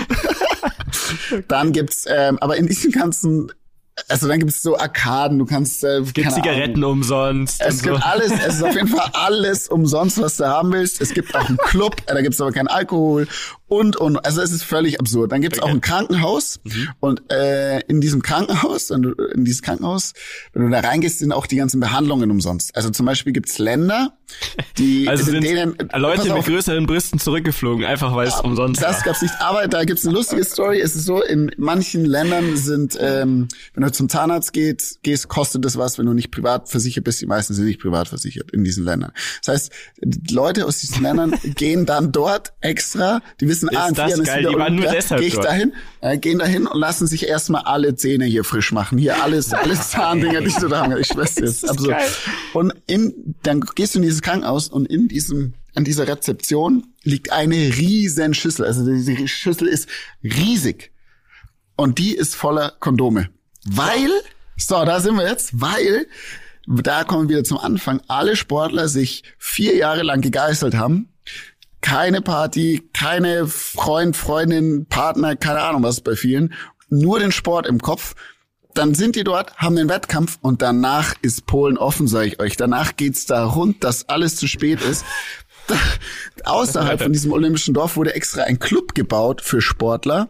[SPEAKER 3] Dann gibt's, ähm, aber in diesem ganzen, also dann gibt's so Arkaden, du kannst, äh,
[SPEAKER 1] Gibt
[SPEAKER 3] keine
[SPEAKER 1] Zigaretten
[SPEAKER 3] Ahnung.
[SPEAKER 1] umsonst.
[SPEAKER 3] Es
[SPEAKER 1] und
[SPEAKER 3] gibt
[SPEAKER 1] so.
[SPEAKER 3] alles, es ist auf jeden Fall alles umsonst, was du haben willst. Es gibt auch einen Club, äh, da gibt's aber keinen Alkohol und, und, also es ist völlig absurd. Dann gibt's
[SPEAKER 1] Okay.
[SPEAKER 3] auch ein Krankenhaus
[SPEAKER 1] Mhm.
[SPEAKER 3] und äh, in diesem Krankenhaus, wenn du, in dieses Krankenhaus, wenn du da reingehst, sind auch die ganzen Behandlungen umsonst. Also zum Beispiel gibt's Länder, die
[SPEAKER 1] Also
[SPEAKER 3] in
[SPEAKER 1] sind
[SPEAKER 3] denen,
[SPEAKER 1] Leute
[SPEAKER 3] pass
[SPEAKER 1] mit
[SPEAKER 3] auf,
[SPEAKER 1] größeren Brüsten zurückgeflogen, einfach weil es umsonst
[SPEAKER 3] das
[SPEAKER 1] war.
[SPEAKER 3] gab's nicht, aber da gibt's eine lustige Story. Es ist so, in manchen Ländern sind, ähm, wenn du zum Zahnarzt geht, gehst, kostet das was, wenn du nicht privat versichert bist. Die meisten sind nicht privat versichert in diesen Ländern. Das heißt, die Leute aus diesen Ländern gehen dann dort extra, die wissen,
[SPEAKER 1] Ist
[SPEAKER 3] ah, in vier
[SPEAKER 1] das
[SPEAKER 3] Jahren ist
[SPEAKER 1] geil,
[SPEAKER 3] wieder
[SPEAKER 1] die waren nur
[SPEAKER 3] Olympia,
[SPEAKER 1] deshalb
[SPEAKER 3] geh ich
[SPEAKER 1] dort.
[SPEAKER 3] dahin, äh, gehen dahin und lassen sich erstmal alle Zähne hier frisch machen. Hier alles, alles Zahndinger, die du da haben. Ich schwör's dir,
[SPEAKER 1] Das ist
[SPEAKER 3] absurd.
[SPEAKER 1] geil.
[SPEAKER 3] Und in, dann gehst du in dieses Krankenhaus und in diesem, an dieser Rezeption liegt eine riesen Schüssel. Also diese Schüssel ist riesig. Und die ist voller Kondome. Weil, so, da sind wir jetzt, weil, da kommen wir wieder zum Anfang, alle Sportler sich vier Jahre lang gegeißelt haben. Keine Party, keine Freund, Freundin, Partner, keine Ahnung was bei vielen. Nur den Sport im Kopf. Dann sind die dort, haben den Wettkampf und danach ist Polen offen, sage ich euch. Danach geht's da rund, dass alles zu spät ist. Da, außerhalb von diesem olympischen Dorf wurde extra ein Club gebaut für Sportler,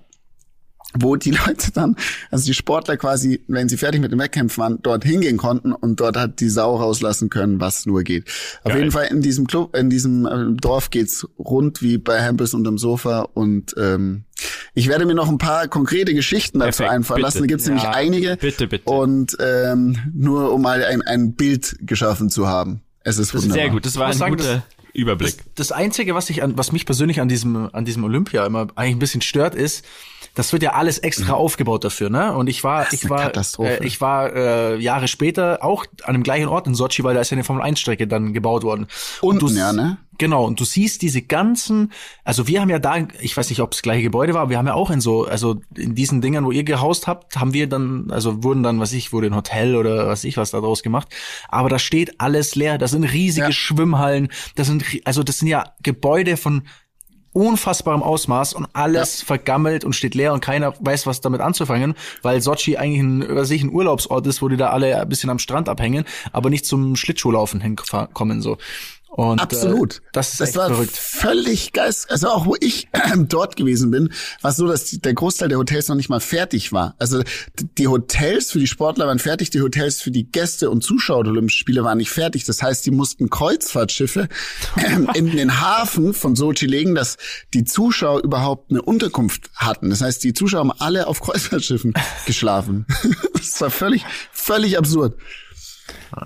[SPEAKER 3] wo die Leute dann, also die Sportler quasi, wenn sie fertig mit dem Wettkämpfen waren, dort hingehen konnten und dort hat die Sau rauslassen können, was nur geht. Auf
[SPEAKER 1] Geil.
[SPEAKER 3] jeden Fall in diesem Club, in diesem äh, Dorf geht's rund wie bei Hempels unterm Sofa und ähm, ich werde mir noch ein paar konkrete Geschichten dazu
[SPEAKER 1] Perfekt,
[SPEAKER 3] einfallen
[SPEAKER 1] bitte.
[SPEAKER 3] lassen. Da gibt's
[SPEAKER 2] Ja,
[SPEAKER 3] nämlich einige.
[SPEAKER 1] bitte, bitte.
[SPEAKER 3] Und ähm, nur um mal ein, ein Bild geschaffen zu haben. Es ist wunderbar.
[SPEAKER 1] Sehr gut, das war
[SPEAKER 2] Ich
[SPEAKER 1] ein
[SPEAKER 2] muss sagen,
[SPEAKER 1] guter Überblick.
[SPEAKER 2] Das, das Einzige, was ich an, was mich persönlich an diesem, an diesem Olympia immer eigentlich ein bisschen stört, ist, das wird ja alles extra aufgebaut dafür, ne? Und ich war,
[SPEAKER 3] Das ist
[SPEAKER 2] ich
[SPEAKER 3] eine
[SPEAKER 2] war,
[SPEAKER 3] Katastrophe.
[SPEAKER 2] äh, ich war äh, Jahre später auch an dem gleichen Ort in Sochi, weil da ist ja eine Formel eins Strecke dann gebaut worden. Und
[SPEAKER 3] Unten,
[SPEAKER 2] du,
[SPEAKER 3] ja, ne?
[SPEAKER 2] Genau, und du siehst diese ganzen, also wir haben ja da, ich weiß nicht, ob es das gleiche Gebäude war, aber wir haben ja auch in so, also in diesen Dingern, wo ihr gehaust habt, haben wir dann, also wurden dann, was ich, wurde ein Hotel oder was ich was da draus gemacht. Aber da steht alles leer, das sind riesige
[SPEAKER 3] Ja.
[SPEAKER 2] Schwimmhallen, das sind, ri- also das sind ja Gebäude von unfassbarem Ausmaß und alles vergammelt und steht leer und keiner weiß, was damit anzufangen, weil Sochi eigentlich ein, was weiß ich, ein Urlaubsort ist, wo die da alle ein bisschen am Strand abhängen, aber nicht zum Schlittschuhlaufen hinkommen, so. Und,
[SPEAKER 3] Absolut.
[SPEAKER 2] Äh, das ist
[SPEAKER 3] das
[SPEAKER 2] echt
[SPEAKER 3] war
[SPEAKER 2] verrückt.
[SPEAKER 3] völlig geist. Also auch wo ich dort gewesen bin, war es so, dass die, der Großteil der Hotels noch nicht mal fertig war. Also d- die Hotels für die Sportler waren fertig, die Hotels für die Gäste und Zuschauer der Olympischen Spiele waren nicht fertig. Das heißt, die mussten Kreuzfahrtschiffe ähm, in den Hafen von Sochi legen, dass die Zuschauer überhaupt eine Unterkunft hatten. Das heißt, die Zuschauer haben alle auf Kreuzfahrtschiffen geschlafen. Das war völlig, völlig absurd.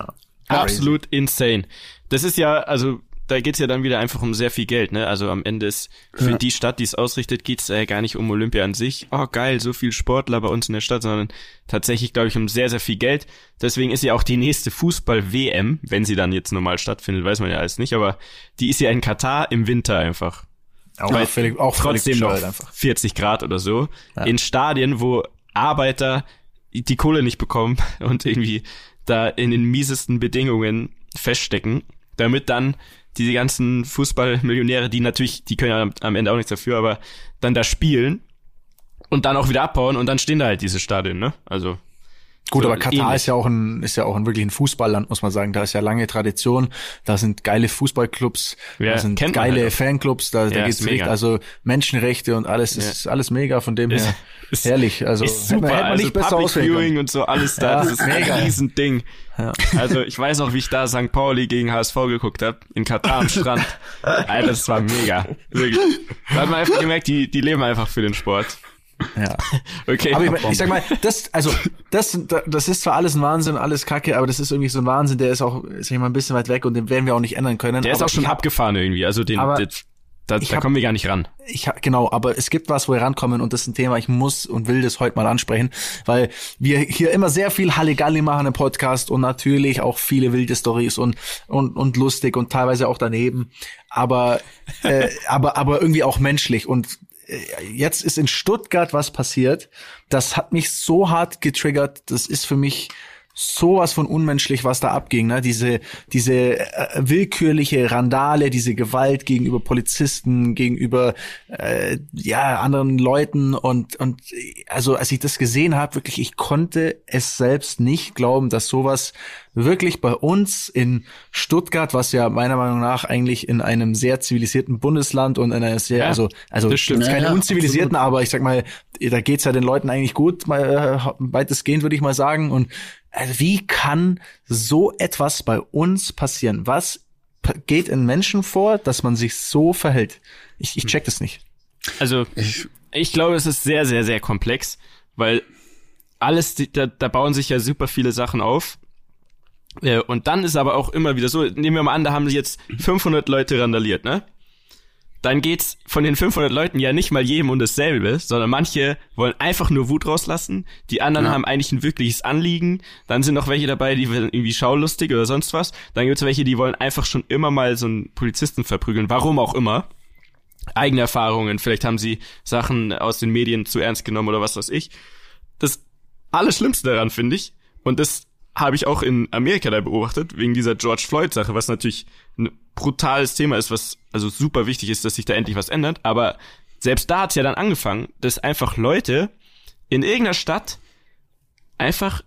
[SPEAKER 1] absolut insane. Das ist ja, also da geht's ja dann wieder einfach um sehr viel Geld, ne? Also am Ende ist für ja. die Stadt, die es ausrichtet, geht's ja gar nicht um Olympia an sich. Oh geil, so viel Sportler bei uns in der Stadt, sondern tatsächlich, glaube ich, um sehr, sehr viel Geld. Deswegen ist ja auch die nächste Fußball-W M, wenn sie dann jetzt normal stattfindet, weiß man ja alles nicht, aber die ist ja in Katar im Winter einfach.
[SPEAKER 2] Auch Weil völlig, auch
[SPEAKER 1] trotzdem noch einfach. vierzig Grad oder so. Ja. In Stadien, wo Arbeiter die Kohle nicht bekommen und irgendwie da in den miesesten Bedingungen feststecken, damit dann diese ganzen Fußballmillionäre, die natürlich, die können ja am Ende auch nichts dafür, aber dann da spielen und dann auch wieder abbauen und dann stehen da halt diese Stadien, ne? Also
[SPEAKER 2] gut,
[SPEAKER 1] so
[SPEAKER 2] aber Katar
[SPEAKER 1] ähnlich.
[SPEAKER 2] ist ja auch ein ist ja auch ein wirklich ein Fußballland, muss man sagen. Da ist ja lange Tradition, da sind geile Fußballclubs,
[SPEAKER 1] ja,
[SPEAKER 2] da sind geile halt Fanclubs, da, da
[SPEAKER 1] ja,
[SPEAKER 2] geht's richtig, also Menschenrechte und alles, ja. ist alles mega, von dem
[SPEAKER 1] ist,
[SPEAKER 2] her
[SPEAKER 1] ist,
[SPEAKER 2] herrlich. Also
[SPEAKER 1] ist super,
[SPEAKER 2] hätte man
[SPEAKER 1] also
[SPEAKER 2] nicht besser
[SPEAKER 1] Public
[SPEAKER 2] auswählen
[SPEAKER 1] Viewing
[SPEAKER 2] können.
[SPEAKER 1] und so alles da,
[SPEAKER 2] ja,
[SPEAKER 1] das ist mega. Ein Riesending.
[SPEAKER 2] Ja.
[SPEAKER 1] Also ich weiß noch, wie ich da Sankt Pauli gegen H S V geguckt habe, in Katar am Strand. Alter, das war mega. Wirklich. Da hat man einfach gemerkt, die, die leben einfach für den Sport.
[SPEAKER 2] Ja.
[SPEAKER 1] Okay.
[SPEAKER 2] Aber ich, ich sag mal, das, also, das, das ist zwar alles ein Wahnsinn, alles Kacke, aber das ist irgendwie so ein Wahnsinn, der ist auch, sag ich mal, ein bisschen weit weg und den werden wir auch nicht ändern können.
[SPEAKER 1] Der ist
[SPEAKER 2] aber
[SPEAKER 1] auch schon
[SPEAKER 2] hab,
[SPEAKER 1] abgefahren irgendwie, also den,
[SPEAKER 2] aber
[SPEAKER 1] den da, da
[SPEAKER 2] hab,
[SPEAKER 1] kommen wir gar nicht ran.
[SPEAKER 2] Ich hab, genau, aber es gibt was, wo wir rankommen und das ist ein Thema, ich muss und will das heute mal ansprechen, weil wir hier immer sehr viel Halligalli machen im Podcast und natürlich auch viele wilde Storys und, und, und lustig und teilweise auch daneben, aber, äh, aber, aber irgendwie auch menschlich und jetzt ist in Stuttgart was passiert, das hat mich so hart getriggert, das ist für mich sowas von unmenschlich, was da abging, ne? Diese, diese äh, willkürliche Randale, diese Gewalt gegenüber Polizisten, gegenüber äh, ja anderen Leuten und und also als ich das gesehen habe, wirklich, ich konnte es selbst nicht glauben, dass sowas wirklich bei uns in Stuttgart, was ja meiner Meinung nach eigentlich in einem sehr zivilisierten Bundesland und in einer sehr, ja, also also keine ja, ja, unzivilisierten, absolut. Aber ich sag mal, da geht's ja den Leuten eigentlich gut, mal äh, weitestgehend würde ich mal sagen. Und also wie kann so etwas bei uns passieren? Was geht in Menschen vor, dass man sich so verhält? Ich, ich check das nicht.
[SPEAKER 1] Also ich, ich glaube, es ist sehr, sehr, sehr komplex, weil alles, da, da bauen sich ja super viele Sachen auf. Und dann ist aber auch immer wieder so, nehmen wir mal an, da haben sie jetzt fünfhundert Leute randaliert, ne? Dann geht's von den fünfhundert Leuten ja nicht mal jedem um dasselbe, sondern manche wollen einfach nur Wut rauslassen, die anderen ja. haben eigentlich ein wirkliches Anliegen, dann sind noch welche dabei, die werden irgendwie schaulustig oder sonst was, dann gibt's welche, die wollen einfach schon immer mal so einen Polizisten verprügeln, warum auch immer, eigene Erfahrungen, vielleicht haben sie Sachen aus den Medien zu ernst genommen oder was weiß ich. Das Allerschlimmste daran, finde ich, und das habe ich auch in Amerika da beobachtet, wegen dieser George Floyd-Sache, was natürlich ein brutales Thema ist, was also super wichtig ist, dass sich da endlich was ändert. Aber selbst da hat's ja dann angefangen, dass einfach Leute in irgendeiner Stadt einfach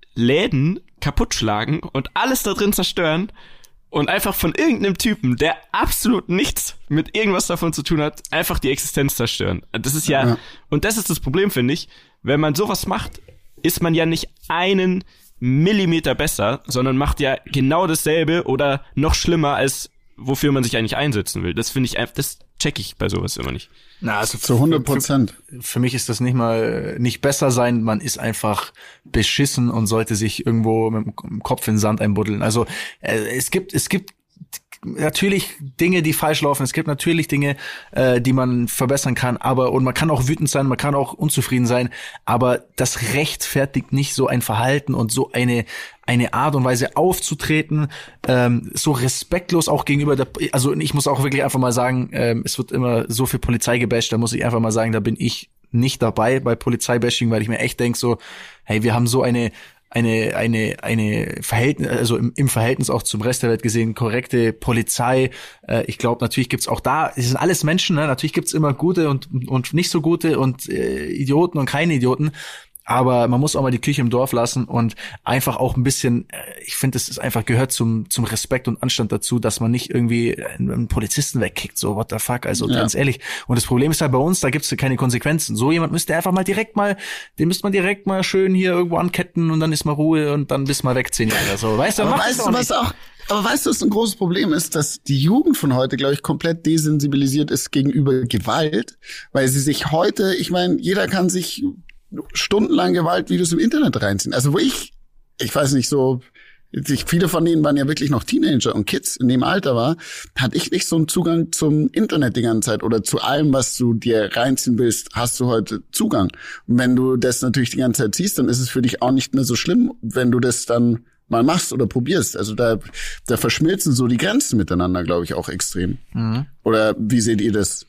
[SPEAKER 1] Läden kaputt schlagen und alles da drin zerstören und einfach von irgendeinem Typen, der absolut nichts mit irgendwas davon zu tun hat, einfach die Existenz zerstören. Das ist ja, ja. Und das ist das Problem, finde ich. Wenn man sowas macht, ist man ja nicht einen Millimeter besser, sondern macht ja genau dasselbe oder noch schlimmer, als wofür man sich eigentlich einsetzen will. Das finde ich einfach, das check ich bei sowas immer nicht.
[SPEAKER 2] Na, also
[SPEAKER 3] zu hundert Prozent.
[SPEAKER 2] Für, für mich ist das nicht mal, nicht besser sein, man ist einfach beschissen und sollte sich irgendwo mit dem Kopf in den Sand einbuddeln. Also, äh, es gibt, es gibt natürlich Dinge, die falsch laufen. Es gibt natürlich Dinge, äh, die man verbessern kann, aber und man kann auch wütend sein, man kann auch unzufrieden sein, aber das rechtfertigt nicht so ein Verhalten und so eine eine Art und Weise aufzutreten, ähm, so respektlos auch gegenüber der, also ich muss auch wirklich einfach mal sagen, ähm, es wird immer so viel Polizei gebasht, da muss ich einfach mal sagen, da bin ich nicht dabei bei Polizeibashing, weil ich mir echt denke so, hey, wir haben so eine eine eine eine Verhältnis, also im, im Verhältnis auch zum Rest der Welt gesehen, korrekte Polizei. Äh, ich glaube, natürlich gibt's auch da, es sind alles Menschen, ne? Natürlich gibt's immer gute und und nicht so gute und äh, Idioten und keine Idioten. Aber man muss auch mal die Küche im Dorf lassen und einfach auch ein bisschen, ich finde, es ist einfach gehört zum zum Respekt und Anstand dazu, dass man nicht irgendwie einen Polizisten wegkickt, so what the fuck, also ja. Ganz ehrlich. Und das Problem ist halt bei uns, da gibt's keine Konsequenzen. So jemand müsste einfach mal direkt mal, den müsste man direkt mal schön hier irgendwo anketten und dann ist mal Ruhe und dann bist mal weg zehn Jahre. So, weißt du,
[SPEAKER 3] aber weißt du, was auch, aber weißt du, was ein großes Problem ist, dass die Jugend von heute, glaube ich, komplett desensibilisiert ist gegenüber Gewalt, weil sie sich heute, ich meine, jeder kann sich stundenlang Gewaltvideos im Internet reinziehen. Also wo ich, ich weiß nicht, so viele von denen waren ja wirklich noch Teenager und Kids in dem Alter war, hatte ich nicht so einen Zugang zum Internet die ganze Zeit oder zu allem, was du dir reinziehen willst, hast du heute Zugang. Und wenn du das natürlich die ganze Zeit siehst, dann ist es für dich auch nicht mehr so schlimm, wenn du das dann mal machst oder probierst. Also da, da verschmilzen so die Grenzen miteinander, glaube ich, auch extrem. Mhm. Oder wie seht ihr das?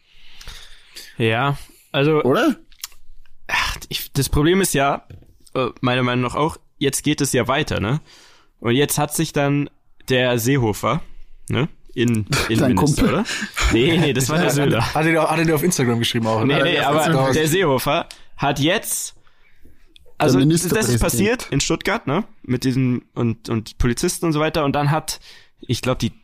[SPEAKER 1] Ja, also...
[SPEAKER 3] Oder?
[SPEAKER 1] Ach, ich, das Problem ist ja, meiner Meinung nach auch, jetzt geht es ja weiter, ne? Und jetzt hat sich dann der Seehofer, ne? In, Innenminister, oder? Nee, nee, das war der Söder.
[SPEAKER 2] Hat er, hat er dir auf Instagram geschrieben auch?
[SPEAKER 1] Nee, nee, aber der Seehofer hat jetzt, also das ist passiert in Stuttgart, ne? Mit diesen und, und Polizisten und so weiter. Und dann hat, ich glaube, die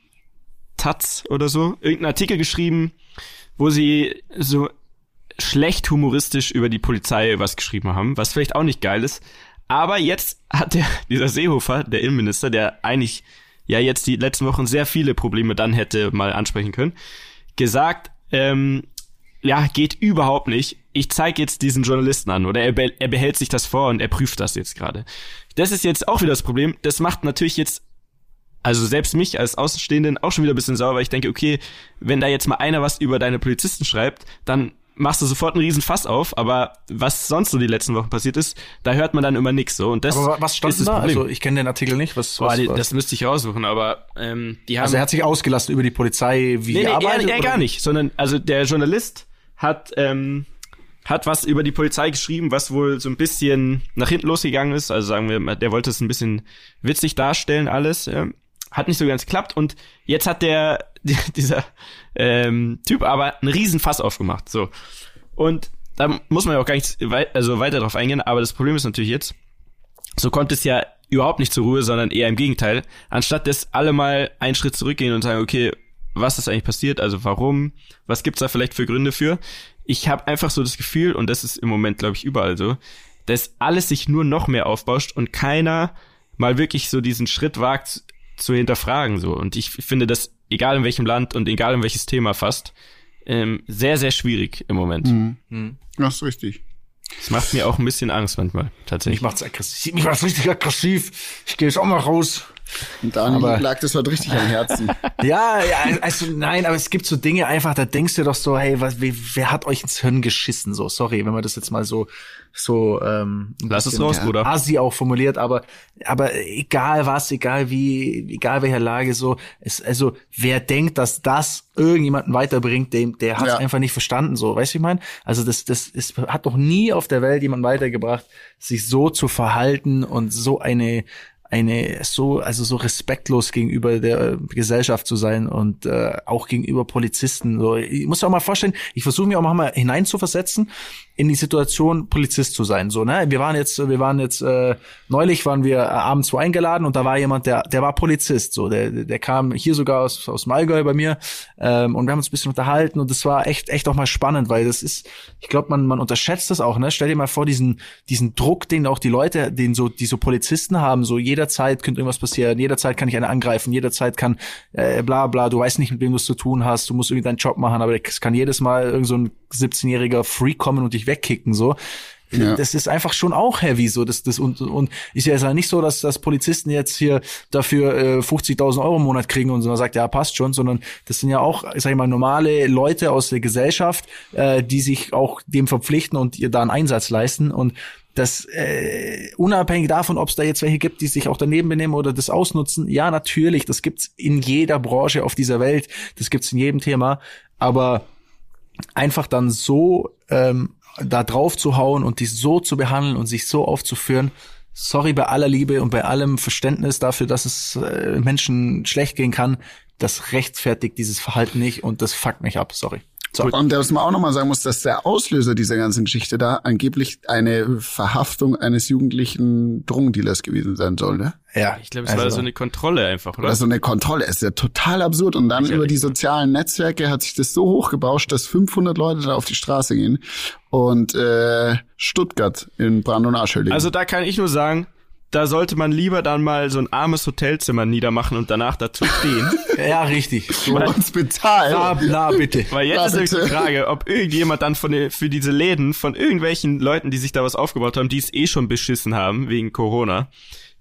[SPEAKER 1] Taz oder so, irgendeinen Artikel geschrieben, wo sie so schlecht humoristisch über die Polizei was geschrieben haben, was vielleicht auch nicht geil ist. Aber jetzt hat der, dieser Seehofer, der Innenminister, der eigentlich ja jetzt die letzten Wochen sehr viele Probleme dann hätte mal ansprechen können, gesagt, ähm, ja, geht überhaupt nicht. Ich zeige jetzt diesen Journalisten an oder er, be- er behält sich das vor und er prüft das jetzt gerade. Das ist jetzt auch wieder das Problem. Das macht natürlich jetzt, also selbst mich als Außenstehenden auch schon wieder ein bisschen sauer, weil ich denke, okay, wenn da jetzt mal einer was über deine Polizisten schreibt, dann machst du sofort einen riesen Fass auf, aber was sonst so die letzten Wochen passiert ist, da hört man dann immer nix so. Und das
[SPEAKER 2] aber was stand
[SPEAKER 1] ist das
[SPEAKER 2] da?
[SPEAKER 1] Problem.
[SPEAKER 2] Also ich kenne den Artikel nicht. Was,
[SPEAKER 1] Boah,
[SPEAKER 2] was,
[SPEAKER 1] die,
[SPEAKER 2] was?
[SPEAKER 1] Das müsste ich raussuchen, aber ähm, die haben...
[SPEAKER 2] Also er hat sich ausgelassen über die Polizei, wie
[SPEAKER 1] nee,
[SPEAKER 2] die
[SPEAKER 1] nee,
[SPEAKER 2] arbeitet?
[SPEAKER 1] Er, er gar nicht, sondern also der Journalist hat ähm, hat was über die Polizei geschrieben, was wohl so ein bisschen nach hinten losgegangen ist. Also sagen wir, der wollte es ein bisschen witzig darstellen alles. Ähm, hat nicht so ganz geklappt und jetzt hat der dieser ähm, Typ aber einen riesen Fass aufgemacht. So. Und da muss man ja auch gar nicht wei- also weiter drauf eingehen, aber das Problem ist natürlich jetzt, so kommt es ja überhaupt nicht zur Ruhe, sondern eher im Gegenteil. Anstatt dass alle mal einen Schritt zurückgehen und sagen, okay, was ist eigentlich passiert, also warum, was gibt's da vielleicht für Gründe für? Ich habe einfach so das Gefühl, und das ist im Moment, glaube ich, überall so, dass alles sich nur noch mehr aufbauscht und keiner mal wirklich so diesen Schritt wagt zu hinterfragen. So. Und ich finde das, egal in welchem Land und egal in welches Thema fast, ähm, sehr, sehr schwierig im Moment.
[SPEAKER 3] Mhm. Mhm. Das ist richtig.
[SPEAKER 1] Das macht mir auch ein bisschen Angst manchmal, tatsächlich.
[SPEAKER 2] Mich macht's aggressiv. Mich macht's richtig aggressiv. Ich gehe jetzt auch mal raus.
[SPEAKER 3] Und Daniel aber, lag das heute richtig am Herzen.
[SPEAKER 2] Ja, ja, also nein, aber es gibt so Dinge einfach, da denkst du doch so, hey, was, wer, wer hat euch ins Hirn geschissen? So, sorry, wenn man das jetzt mal so so ähm,
[SPEAKER 1] lass es raus,
[SPEAKER 2] ja,
[SPEAKER 1] Bruder.
[SPEAKER 2] Asi auch formuliert, aber aber egal was, egal wie, egal welcher Lage, so es, also wer denkt, dass das irgendjemanden weiterbringt, dem der hat es ja. einfach nicht verstanden, so, weißt du, ich meine? Also das das ist, hat noch nie auf der Welt jemand weitergebracht, sich so zu verhalten und so eine eine so also so respektlos gegenüber der Gesellschaft zu sein und äh, auch gegenüber Polizisten. So, ich muss mir auch mal vorstellen, ich versuche mich auch mal hineinzuversetzen in die Situation, Polizist zu sein. So, ne, wir waren jetzt, wir waren jetzt äh, neulich waren wir abends wo eingeladen und da war jemand, der der war Polizist. So, der der kam hier sogar aus aus dem Allgäu bei mir ähm, und wir haben uns ein bisschen unterhalten und das war echt echt auch mal spannend, weil das ist, ich glaube, man man unterschätzt das auch. Ne, stell dir mal vor diesen diesen Druck, den auch die Leute, den so die so Polizisten haben, so jeder Jederzeit könnte irgendwas passieren, jederzeit kann ich eine angreifen, jederzeit kann äh, bla bla, du weißt nicht, mit wem du es zu tun hast, du musst irgendwie deinen Job machen, aber es kann jedes Mal irgend so ein siebzehnjähriger Freak kommen und dich wegkicken, so. Ja. Das ist einfach schon auch heavy, so, das, das, und, und ist ja jetzt nicht so, dass, dass Polizisten jetzt hier dafür, äh, fünfzigtausend Euro im Monat kriegen und so, man sagt, ja, passt schon, sondern das sind ja auch, sag ich mal, normale Leute aus der Gesellschaft, äh, die sich auch dem verpflichten und ihr da einen Einsatz leisten und das äh, unabhängig davon, ob es da jetzt welche gibt, die sich auch daneben benehmen oder das ausnutzen, ja, natürlich, das gibt's in jeder Branche auf dieser Welt, das gibt's in jedem Thema, aber einfach dann so ähm, da drauf zu hauen und die so zu behandeln und sich so aufzuführen, sorry, bei aller Liebe und bei allem Verständnis dafür, dass es äh, Menschen schlecht gehen kann, das rechtfertigt dieses Verhalten nicht und das fuckt mich ab, sorry.
[SPEAKER 3] So. Und dass man auch nochmal sagen muss, dass der Auslöser dieser ganzen Geschichte da angeblich eine Verhaftung eines jugendlichen Drogendealers gewesen sein soll, ne?
[SPEAKER 1] Ja. Ich glaube, es also war so eine Kontrolle einfach, oder?
[SPEAKER 3] Oder so eine Kontrolle. Es ist ja total absurd. Und dann über die sozialen Netzwerke hat sich das so hochgebauscht, dass fünfhundert Leute da auf die Straße gehen und äh, Stuttgart in Brand und Asche liegen.
[SPEAKER 1] Also da kann ich nur sagen, da sollte man lieber dann mal so ein armes Hotelzimmer niedermachen und danach dazu stehen.
[SPEAKER 2] Ja, richtig.
[SPEAKER 3] So uns bezahlen.
[SPEAKER 2] Bla, bla, bitte.
[SPEAKER 1] Weil jetzt
[SPEAKER 3] bla,
[SPEAKER 1] ist wirklich die Frage, ob irgendjemand dann von der, für diese Läden von irgendwelchen Leuten, die sich da was aufgebaut haben, die es eh schon beschissen haben wegen Corona,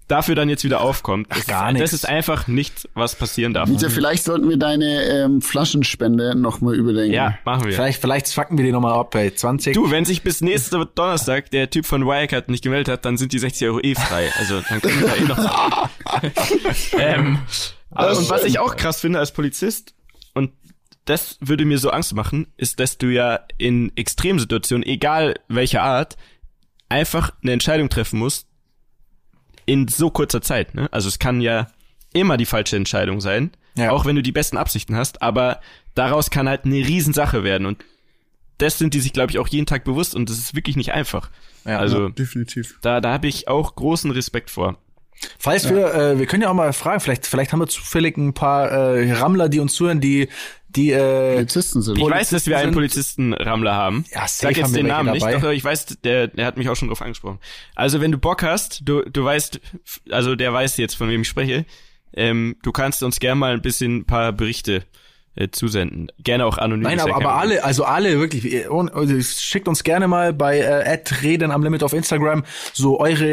[SPEAKER 1] dafür dann jetzt wieder aufkommt.
[SPEAKER 2] Ach,
[SPEAKER 1] das,
[SPEAKER 2] gar nichts.
[SPEAKER 1] Das ist einfach nicht, was passieren darf.
[SPEAKER 3] Mietja, vielleicht sollten wir deine ähm, Flaschenspende nochmal überdenken.
[SPEAKER 1] Ja, machen wir.
[SPEAKER 2] Vielleicht, vielleicht fucken wir die nochmal ab bei zwanzig.
[SPEAKER 1] Du, wenn sich bis nächsten Donnerstag der Typ von Wirecard nicht gemeldet hat, dann sind die sechzig Euro eh frei. Also dann können wir da eh noch. ähm, aber, und was ich auch krass finde als Polizist, und das würde mir so Angst machen, ist, dass du ja in Extremsituationen, egal welcher Art, einfach eine Entscheidung treffen musst in so kurzer Zeit. Ne? Also es kann ja immer die falsche Entscheidung sein, ja. Auch wenn du die besten Absichten hast, aber daraus kann halt eine Riesensache werden und das sind die sich, glaube ich, auch jeden Tag bewusst und das ist wirklich nicht einfach.
[SPEAKER 3] Ja,
[SPEAKER 1] also
[SPEAKER 3] ja, definitiv.
[SPEAKER 1] Da, da habe ich auch großen Respekt vor.
[SPEAKER 2] Falls ja. wir, äh, wir können ja auch mal fragen, vielleicht, vielleicht haben wir zufällig ein paar äh, Rammler, die uns zuhören, die, die äh,
[SPEAKER 3] Polizisten sind.
[SPEAKER 1] Ich weiß, dass wir einen Polizisten-Rammler haben.
[SPEAKER 2] Ja,
[SPEAKER 1] ich sag jetzt den Namen nicht, doch ich weiß, der, der hat mich auch schon drauf angesprochen. Also wenn du Bock hast, du, du weißt, also der weiß jetzt, von wem ich spreche, ähm, du kannst uns gerne mal ein bisschen ein paar Berichte äh, zusenden. Gerne auch anonym.
[SPEAKER 2] Nein, aber, aber alle, also alle wirklich, also schickt uns gerne mal bei äh, at reden am Limit auf Instagram so eure,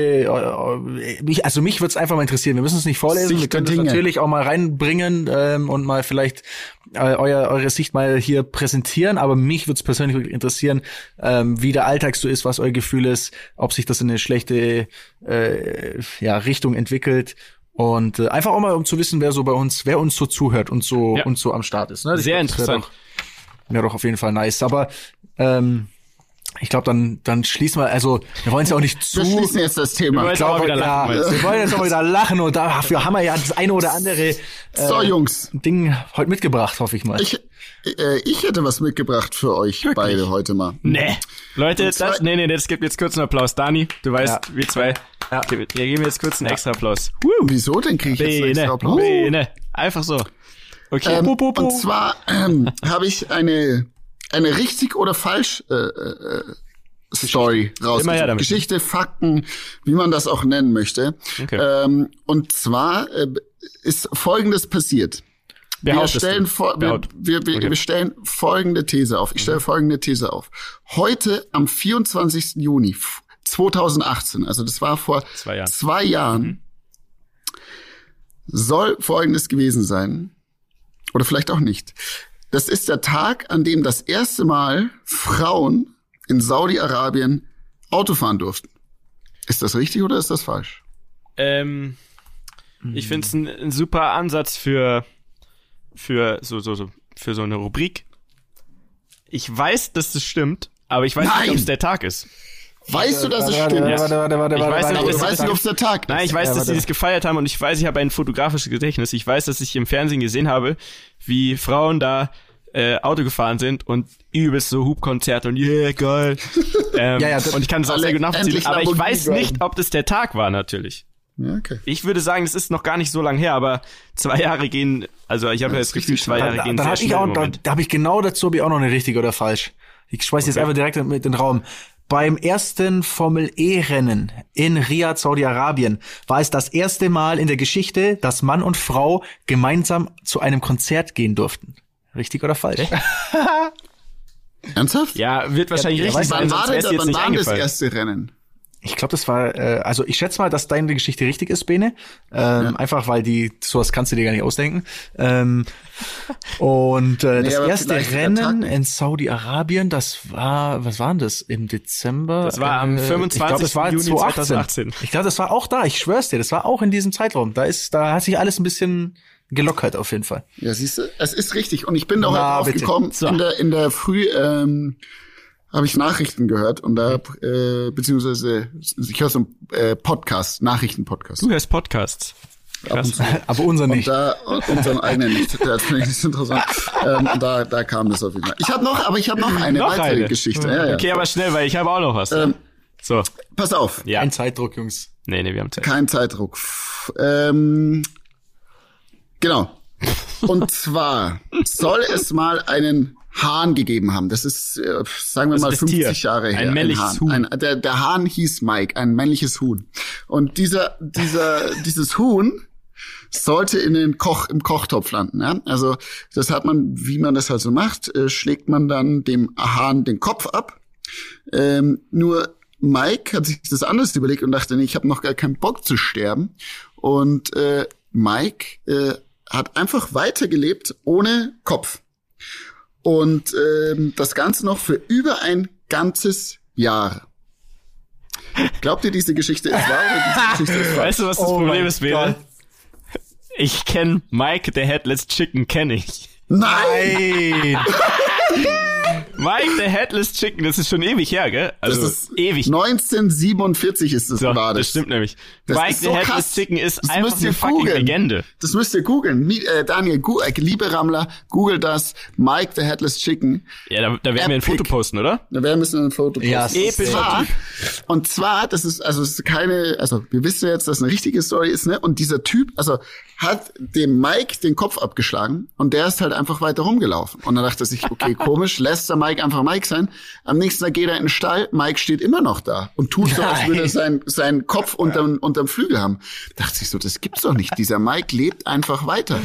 [SPEAKER 2] äh, mich, also mich würde es einfach mal interessieren. Wir müssen es nicht vorlesen, Sicht wir können es natürlich auch mal reinbringen ähm, und mal vielleicht äh, euer, eure Sicht mal hier präsentieren, aber mich würde es persönlich wirklich interessieren, ähm, wie der Alltag so ist, was euer Gefühl ist, ob sich das in eine schlechte äh, ja, Richtung entwickelt. Und äh, einfach auch mal, um zu wissen, wer so bei uns, wer uns so zuhört und so ja. und so am Start ist. Ne?
[SPEAKER 1] Sehr
[SPEAKER 2] glaub,
[SPEAKER 1] interessant.
[SPEAKER 2] Wäre doch, wär doch auf jeden Fall nice. Aber ähm, ich glaube, dann dann schließen wir, also wir wollen es ja auch nicht zu.
[SPEAKER 3] Wir schließen jetzt das Thema.
[SPEAKER 2] Wir,
[SPEAKER 3] ich
[SPEAKER 2] glaub, wieder ja, lachen, wir wollen jetzt auch wieder lachen und dafür haben wir ja das eine oder andere äh,
[SPEAKER 3] so, Jungs.
[SPEAKER 2] Ding heute mitgebracht, hoffe ich mal.
[SPEAKER 3] Ich, äh, ich hätte was mitgebracht für euch Wirklich? beide heute mal.
[SPEAKER 1] Nee. Leute, das, nee, nee, das gibt jetzt kurz einen Applaus. Dani, du weißt, ja. wir zwei. Ja. Wir geben jetzt kurz einen ja. extra Applaus.
[SPEAKER 3] Woo. Wieso denn kriege ich jetzt einen extra Applaus?
[SPEAKER 1] Bene. Einfach so. Okay.
[SPEAKER 3] Ähm, und zwar ähm, habe ich eine eine richtig oder falsch äh, äh, Story rausgesucht. Geschichte, Fakten, wie man das auch nennen möchte. Okay. Ähm, und zwar äh, ist Folgendes passiert. Wir stellen, vor, wir, wir, wir, okay. wir stellen folgende These auf. Ich stelle mhm. folgende These auf. Heute am vierundzwanzigsten Juni zweitausendachtzehn, also das war vor zwei Jahren, zwei Jahren mhm. soll Folgendes gewesen sein. Oder vielleicht auch nicht. Das ist der Tag, an dem das erste Mal Frauen in Saudi-Arabien Auto fahren durften. Ist das richtig oder ist das falsch?
[SPEAKER 1] Ähm, mhm. Ich finde es ein, ein super Ansatz für für so so so für so eine Rubrik. Ich weiß, dass das stimmt, aber ich weiß
[SPEAKER 3] Nein.
[SPEAKER 1] nicht, ob es der Tag ist.
[SPEAKER 3] Weißt du, dass es stimmt?
[SPEAKER 2] Warte, warte, warte,
[SPEAKER 3] ich
[SPEAKER 2] warte,
[SPEAKER 3] weiß
[SPEAKER 2] warte,
[SPEAKER 3] nicht,
[SPEAKER 2] warte,
[SPEAKER 3] du weißt nicht, ob es der Tag ist.
[SPEAKER 1] Nein, ich weiß,
[SPEAKER 2] ja,
[SPEAKER 1] dass sie das gefeiert haben und ich weiß, ich habe ein fotografisches Gedächtnis. Ich weiß, dass ich im Fernsehen gesehen habe, wie Frauen da äh, Auto gefahren sind und übelst so Hubkonzerte und yeah, geil. ähm, ja, ja, und ich kann das auch sehr gut nachvollziehen, aber ich weiß nicht, ob das der Tag war natürlich.
[SPEAKER 3] Ja, okay.
[SPEAKER 1] Ich würde sagen, das ist noch gar nicht so lang her, aber zwei Jahre gehen, also ich habe ja das Gefühl, zwei Jahre
[SPEAKER 2] da,
[SPEAKER 1] gehen
[SPEAKER 2] da
[SPEAKER 1] sehr
[SPEAKER 2] hab
[SPEAKER 1] schnell
[SPEAKER 2] ich auch,
[SPEAKER 1] im
[SPEAKER 2] Da, da habe ich genau dazu hab ich auch noch eine richtige oder falsch. Ich schmeiß jetzt okay. einfach direkt mit in den Raum. Beim ersten Formel-E-Rennen in Riyadh, Saudi-Arabien, war es das erste Mal in der Geschichte, dass Mann und Frau gemeinsam zu einem Konzert gehen durften. Richtig oder falsch?
[SPEAKER 3] Okay. Ernsthaft?
[SPEAKER 1] Ja, wird wahrscheinlich ja, richtig sein, sonst wäre es jetzt nicht eingefallen. Wann war das
[SPEAKER 3] erste Rennen?
[SPEAKER 2] Ich glaube, das war, äh, also ich schätze mal, dass deine Geschichte richtig ist, Bene. Ähm, ja. Einfach, weil die, sowas kannst du dir gar nicht ausdenken. Ähm, und äh, nee, das erste Rennen in Saudi-Arabien, das war, was war denn das? Im Dezember?
[SPEAKER 1] Das war am fünfundzwanzigsten Juni zweitausendachtzehn.
[SPEAKER 2] Ich glaube, das war auch da. Ich schwör's dir, das war auch in diesem Zeitraum. Da ist, da hat sich alles ein bisschen gelockert auf jeden Fall.
[SPEAKER 3] Ja, siehst du, es ist richtig. Und ich bin da auch drauf gekommen, so. in der in der Früh. Ähm, habe ich Nachrichten gehört und da, äh, beziehungsweise ich höre so einen äh, Podcast, Nachrichtenpodcast.
[SPEAKER 1] Du hörst Podcasts.
[SPEAKER 2] Krass. Aber unser nicht.
[SPEAKER 3] Und da, unseren eigenen nicht. Das finde ich nicht interessant. ähm, und da, da kam das auf jeden Fall. Ich habe noch, aber ich habe noch eine
[SPEAKER 1] noch
[SPEAKER 3] weitere
[SPEAKER 1] eine.
[SPEAKER 3] Geschichte. Ja, ja.
[SPEAKER 1] Okay, aber schnell, weil ich habe auch noch was. Ähm, so.
[SPEAKER 3] Pass auf.
[SPEAKER 2] Ja. Kein Zeitdruck, Jungs.
[SPEAKER 1] Nee, nee, wir haben Zeit.
[SPEAKER 3] Kein Zeitdruck. Ähm, genau. Und zwar soll es mal einen Hahn gegeben haben. Das ist, äh, sagen wir
[SPEAKER 1] das
[SPEAKER 3] mal, fünfzig
[SPEAKER 1] Tier.
[SPEAKER 3] Jahre her.
[SPEAKER 1] Ein männliches
[SPEAKER 3] ein Hahn.
[SPEAKER 1] Huhn.
[SPEAKER 3] Ein, der, der Hahn hieß Mike, ein männliches Huhn. Und dieser, dieser, dieses Huhn sollte in den Koch, im Kochtopf landen. Ja? Also das hat man, wie man das halt so macht, äh, schlägt man dann dem Hahn den Kopf ab. Ähm, nur Mike hat sich das anders überlegt und dachte, nee, ich habe noch gar keinen Bock zu sterben. Und äh, Mike äh, hat einfach weitergelebt ohne Kopf. Und ähm, das Ganze noch für über ein ganzes Jahr. Glaubt ihr, diese Geschichte ist wahr oder diese Geschichte ist falsch?
[SPEAKER 1] Weißt du, was das
[SPEAKER 2] Oh
[SPEAKER 1] Problem
[SPEAKER 2] mein
[SPEAKER 1] ist, Bene? Ich kenne Mike, the Headless Chicken, kenne ich.
[SPEAKER 3] Nein!
[SPEAKER 1] Mike, the Headless Chicken, das ist schon ewig her, gell? Also
[SPEAKER 3] Das ist
[SPEAKER 1] ewig.
[SPEAKER 3] neunzehnhundertsiebenundvierzig ist das,
[SPEAKER 1] So,
[SPEAKER 3] war das.
[SPEAKER 1] das stimmt nämlich.
[SPEAKER 3] Das
[SPEAKER 1] Mike,
[SPEAKER 3] ist
[SPEAKER 1] the
[SPEAKER 3] so
[SPEAKER 1] Headless
[SPEAKER 3] krass.
[SPEAKER 1] Chicken ist
[SPEAKER 3] Das
[SPEAKER 1] einfach
[SPEAKER 3] müsst ihr
[SPEAKER 1] eine fucking
[SPEAKER 3] googeln.
[SPEAKER 1] Legende.
[SPEAKER 3] Das müsst ihr googeln. Mi- äh, Daniel, gu- äh, liebe Rammler, google das. Mike, the Headless Chicken.
[SPEAKER 1] Ja, da, da werden wir ein
[SPEAKER 3] Epic.
[SPEAKER 1] Foto posten, oder?
[SPEAKER 3] Da werden wir ein Foto posten.
[SPEAKER 2] Ja,
[SPEAKER 3] und
[SPEAKER 1] epischer
[SPEAKER 3] zwar,
[SPEAKER 1] Typ.
[SPEAKER 3] und zwar, das ist, also, es ist keine, also, wir wissen jetzt, dass es eine richtige Story ist, ne? Und dieser Typ, also, hat dem Mike den Kopf abgeschlagen und der ist halt einfach weiter rumgelaufen. Und dann dachte er sich, okay, komisch, lässt der Mike einfach Mike sein. Am nächsten Tag geht er in den Stall, Mike steht immer noch da und tut so, als würde er seinen, seinen Kopf unterm, unterm Flügel haben. Dachte sich so, das gibt's doch nicht. Dieser Mike lebt einfach weiter.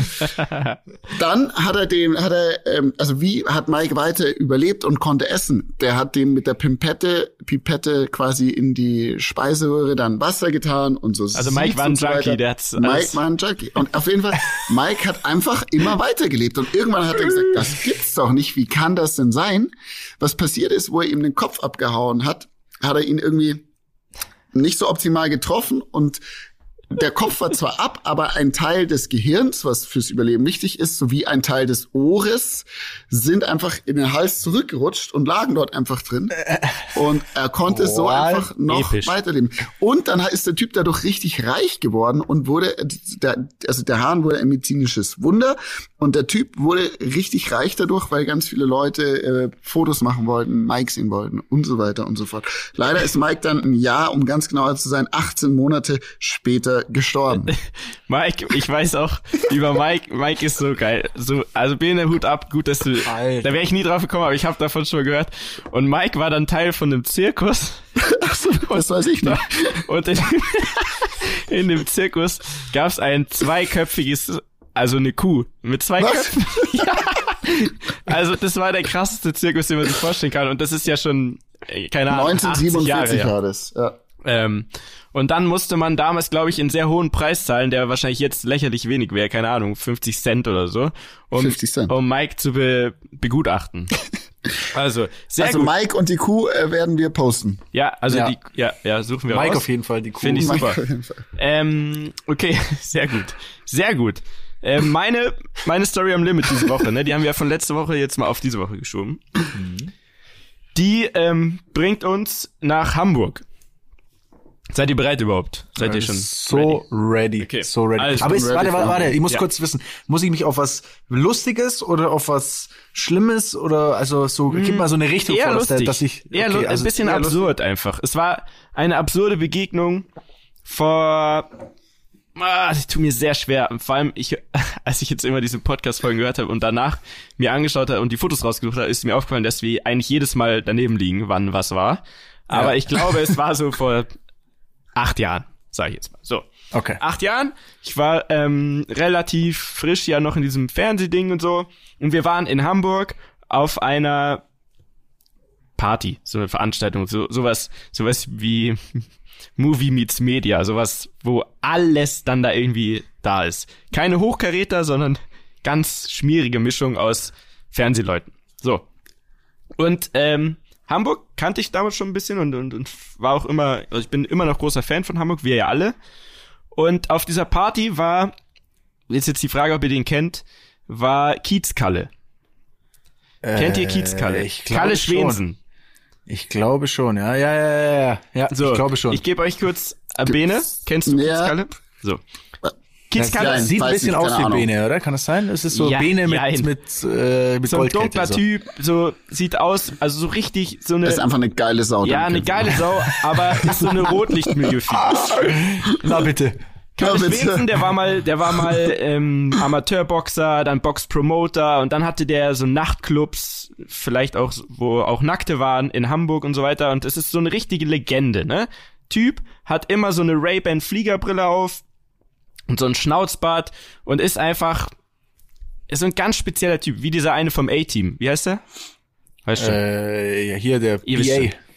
[SPEAKER 3] Dann hat er dem, hat er, ähm, also wie hat Mike weiter überlebt und konnte essen? Der hat dem mit der Pimpette, Pipette quasi in die Speiseröhre dann Wasser getan und so.
[SPEAKER 1] Also Mike
[SPEAKER 3] Siebs
[SPEAKER 1] war ein
[SPEAKER 3] und so
[SPEAKER 1] Junkie,
[SPEAKER 3] weiter.
[SPEAKER 1] der hat's
[SPEAKER 3] Mike
[SPEAKER 1] alles-
[SPEAKER 3] war ein Junkie. Und auf jeden Fall, Mike hat einfach immer weitergelebt. Und irgendwann hat er gesagt, das gibt's doch nicht. Wie kann das denn sein? Was passiert ist, wo er ihm den Kopf abgehauen hat, hat er ihn irgendwie nicht so optimal getroffen und der Kopf war zwar ab, aber ein Teil des Gehirns, was fürs Überleben wichtig ist, sowie ein Teil des Ohres, sind einfach in den Hals zurückgerutscht und lagen dort einfach drin. Und er konnte so
[SPEAKER 2] What?
[SPEAKER 3] einfach noch
[SPEAKER 1] Episch.
[SPEAKER 3] weiterleben. Und dann ist der Typ dadurch richtig reich geworden und wurde, der, also der Hahn wurde ein medizinisches Wunder und der Typ wurde richtig reich dadurch, weil ganz viele Leute äh, Fotos machen wollten, Mike sehen wollten und so weiter und so fort. Leider ist Mike dann ein Jahr, um ganz genauer zu sein, achtzehn Monate später gestorben.
[SPEAKER 1] Mike, ich weiß auch über Mike. Mike ist so geil. So, also Bene, Hut ab, gut, dass du.
[SPEAKER 2] Alter.
[SPEAKER 1] Da wäre ich nie drauf gekommen, aber ich habe davon schon mal gehört. Und Mike war dann Teil von einem Zirkus.
[SPEAKER 3] Ach so, das weiß ich nicht.
[SPEAKER 1] Und in, in dem Zirkus gab es ein zweiköpfiges, also eine Kuh mit zwei
[SPEAKER 3] Was?
[SPEAKER 1] Köpfen. Ja. Also das war der krasseste Zirkus, den man sich vorstellen kann. Und das ist ja schon, äh, keine Ahnung, achtzig Jahre
[SPEAKER 3] neunzehnhundertsiebenundvierzig
[SPEAKER 1] her.
[SPEAKER 3] war das. Ja.
[SPEAKER 1] Ähm, und dann musste man damals, glaube ich, einen sehr hohen Preis zahlen, der wahrscheinlich jetzt lächerlich wenig wäre, keine Ahnung, fünfzig Cent oder so, um,
[SPEAKER 3] fünfzig Cent.
[SPEAKER 1] um Mike zu be begutachten. Also, sehr
[SPEAKER 3] Also
[SPEAKER 1] gut.
[SPEAKER 3] Mike und die Kuh äh, werden wir posten.
[SPEAKER 1] Ja, also
[SPEAKER 2] Ja.
[SPEAKER 1] die, ja, ja, suchen wir
[SPEAKER 2] Mike
[SPEAKER 1] raus.
[SPEAKER 2] auf jeden Fall, die Kuh.
[SPEAKER 1] Finde ich
[SPEAKER 3] Mike
[SPEAKER 1] super.
[SPEAKER 3] auf jeden Fall.
[SPEAKER 1] Ähm, okay, sehr gut. Sehr gut. Äh, meine, meine Story am Limit diese Woche, ne, die haben wir ja von letzter Woche jetzt mal auf diese Woche geschoben. Die ähm, bringt uns nach Hamburg. Seid ihr bereit überhaupt? Seid ihr schon
[SPEAKER 2] So ready,
[SPEAKER 1] Okay.
[SPEAKER 2] so ready.
[SPEAKER 1] Also,
[SPEAKER 2] Aber
[SPEAKER 3] ich
[SPEAKER 2] ist,
[SPEAKER 3] bin
[SPEAKER 2] warte,
[SPEAKER 3] ready
[SPEAKER 2] warte,
[SPEAKER 3] for
[SPEAKER 2] warte, ich muss
[SPEAKER 1] Ja.
[SPEAKER 2] kurz wissen, muss ich mich auf was Lustiges oder auf was Schlimmes oder also so, gib mal so eine Richtung
[SPEAKER 1] Eher
[SPEAKER 2] vor, dass, der-
[SPEAKER 1] lustig.
[SPEAKER 2] dass ich,
[SPEAKER 1] eher
[SPEAKER 2] okay,
[SPEAKER 1] lu-
[SPEAKER 2] also
[SPEAKER 1] ein bisschen
[SPEAKER 2] eher
[SPEAKER 1] absurd einfach. Es war eine absurde Begegnung vor... Ah, das tut mir sehr schwer. Vor allem, ich, als ich jetzt immer diese Podcast-Folgen gehört habe und danach mir angeschaut habe und die Fotos rausgesucht habe, ist mir aufgefallen, dass wir eigentlich jedes Mal daneben liegen, wann was war. Aber
[SPEAKER 2] Ja.
[SPEAKER 1] ich glaube, es war so vor acht Jahren, sage ich jetzt mal. So.
[SPEAKER 2] Okay.
[SPEAKER 1] Acht Jahren. Ich war ähm, relativ frisch ja noch in diesem Fernsehding und so. Und wir waren in Hamburg auf einer Party, so eine Veranstaltung, so sowas, sowas wie Movie meets Media, sowas, wo alles dann da irgendwie da ist. Keine Hochkaräter, sondern ganz schmierige Mischung aus Fernsehleuten. So. Und ähm, Hamburg kannte ich damals schon ein bisschen und, und, und war auch immer, also ich bin immer noch großer Fan von Hamburg, wir ja alle. Und auf dieser Party war, ist jetzt die Frage, ob ihr den kennt, war Kiezkalle. Kennt ihr Kiezkalle?
[SPEAKER 2] Äh, ich glaube
[SPEAKER 1] Kalle
[SPEAKER 2] schon.
[SPEAKER 1] Schwensen.
[SPEAKER 2] Ich glaube schon, ja, ja, ja, ja, ja, ja,
[SPEAKER 1] So,
[SPEAKER 2] ich glaube schon.
[SPEAKER 1] Ich gebe euch kurz äh, Bene. Kennst du
[SPEAKER 3] Ja.
[SPEAKER 1] Kiezkalle? So.
[SPEAKER 2] das
[SPEAKER 1] Kiezkalle
[SPEAKER 3] Nein,
[SPEAKER 1] ist
[SPEAKER 2] sieht ein
[SPEAKER 3] weiß
[SPEAKER 2] bisschen
[SPEAKER 3] nicht,
[SPEAKER 2] aus
[SPEAKER 3] keine
[SPEAKER 2] wie
[SPEAKER 3] Ahnung.
[SPEAKER 2] Bene, oder? Kann das sein? Es ist so
[SPEAKER 1] Ja,
[SPEAKER 2] Bene mit,
[SPEAKER 1] jein.
[SPEAKER 2] mit, äh, mit
[SPEAKER 1] so ein
[SPEAKER 2] Goldkette.
[SPEAKER 1] dunkler
[SPEAKER 2] so.
[SPEAKER 1] Typ, so sieht aus, also so richtig so eine
[SPEAKER 3] Das ist einfach eine geile Sau.
[SPEAKER 1] ja, eine
[SPEAKER 3] danke.
[SPEAKER 1] geile Sau, aber ist so eine Rotlichtmilieu-Figur.
[SPEAKER 2] Na bitte.
[SPEAKER 1] Kalle
[SPEAKER 3] Ja, bitte.
[SPEAKER 1] Schwensen, der war mal, der war mal ähm, Amateurboxer, dann Boxpromoter und dann hatte der so Nachtclubs, vielleicht auch, wo auch Nackte waren in Hamburg und so weiter und es ist so eine richtige Legende, ne? Typ hat immer so eine Ray-Ban Fliegerbrille auf und so ein Schnauzbart und ist einfach, ist so ein ganz spezieller Typ, wie dieser eine vom A-Team. Wie heißt der? Weißt du?
[SPEAKER 2] Äh, ja, hier der
[SPEAKER 1] Ihr wisst
[SPEAKER 2] B A.
[SPEAKER 1] schon.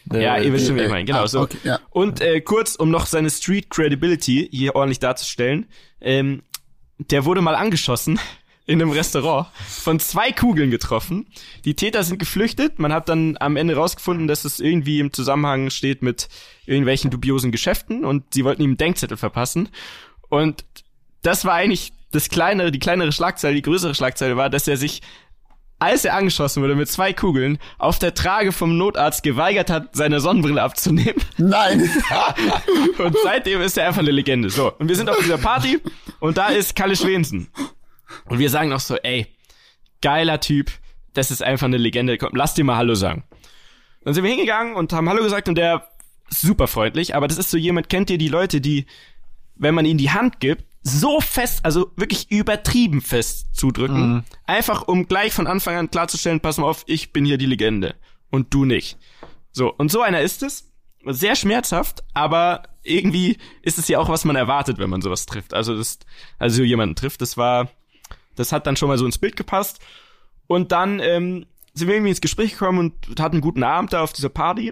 [SPEAKER 2] Äh,
[SPEAKER 1] ja, ihr wisst schon, wie ich
[SPEAKER 3] äh,
[SPEAKER 1] meine. Genau,
[SPEAKER 3] ah,
[SPEAKER 1] so.
[SPEAKER 3] okay, ja.
[SPEAKER 1] Und äh, kurz, um noch seine Street Credibility hier ordentlich darzustellen, ähm, der wurde mal angeschossen in einem Restaurant, von zwei Kugeln getroffen. Die Täter sind geflüchtet. Man hat dann am Ende rausgefunden, dass es irgendwie im Zusammenhang steht mit irgendwelchen dubiosen Geschäften und sie wollten ihm einen Denkzettel verpassen. Und das war eigentlich das kleinere, die kleinere Schlagzeile. Die größere Schlagzeile war, dass er sich, als er angeschossen wurde mit zwei Kugeln, auf der Trage vom Notarzt geweigert hat, seine Sonnenbrille abzunehmen.
[SPEAKER 3] Nein.
[SPEAKER 1] Und seitdem ist er einfach eine Legende. So, und wir sind auf dieser Party und da ist Kalle Schwensen. Und wir sagen noch so, ey, geiler Typ, das ist einfach eine Legende, komm, lass dir mal Hallo sagen. Dann sind wir hingegangen und haben Hallo gesagt und der super freundlich, aber das ist so jemand, kennt ihr die Leute, die, wenn man ihnen die Hand gibt, so fest, also wirklich übertrieben fest zudrücken, mhm. einfach um gleich von Anfang an klarzustellen, pass mal auf, ich bin hier die Legende und du nicht. So, und so einer ist es, sehr schmerzhaft, aber irgendwie ist es ja auch, was man erwartet, wenn man sowas trifft. Also das, also jemanden trifft, das war, das hat dann schon mal so ins Bild gepasst. Und dann ähm, sind wir irgendwie ins Gespräch gekommen und hatten einen guten Abend da auf dieser Party.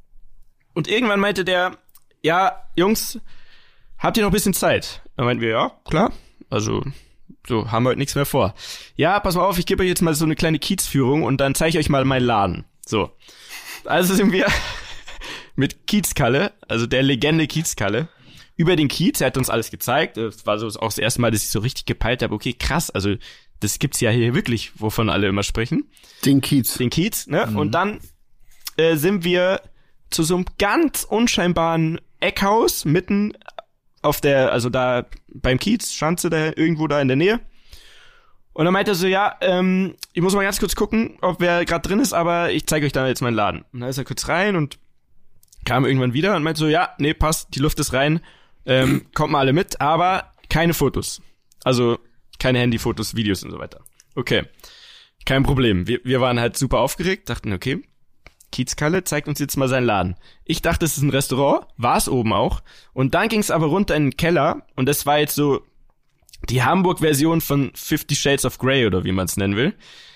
[SPEAKER 1] Und irgendwann meinte der, ja, Jungs, habt ihr noch ein bisschen Zeit? Dann meinten wir, ja, klar. Also, so, haben wir heute nichts mehr vor. Ja, pass mal auf, ich gebe euch jetzt mal so eine kleine Kiezführung und dann zeige ich euch mal meinen Laden. So. Also sind wir mit Kiezkalle, also der Legende Kiezkalle, über den Kiez. Er hat uns alles gezeigt. Es war so auch das erste Mal, dass ich so richtig gepeilt habe. Okay, krass, also das gibt's ja hier wirklich, wovon alle immer sprechen.
[SPEAKER 3] Den Kiez.
[SPEAKER 1] Den Kiez, ne? Mhm. Und dann äh, sind wir zu so einem ganz unscheinbaren Eckhaus mitten auf der, also da beim Kiez, Schanze da irgendwo da in der Nähe. Und dann meinte er so, ja, ähm, ich muss mal ganz kurz gucken, ob wer gerade drin ist, aber ich zeige euch da jetzt meinen Laden. Und dann ist er kurz rein und kam irgendwann wieder und meinte so, ja, nee, passt, die Luft ist rein, ähm, kommt mal alle mit, aber keine Fotos. Also keine Handyfotos, Videos und so weiter. Okay, kein Problem. Wir, wir waren halt super aufgeregt, dachten, okay, Kiezkalle zeigt uns jetzt mal seinen Laden. Ich dachte, es ist ein Restaurant, war es oben auch. Und dann ging es aber runter in den Keller und das war jetzt so die Hamburg-Version von Fifty Shades of Grey oder wie man es nennen will.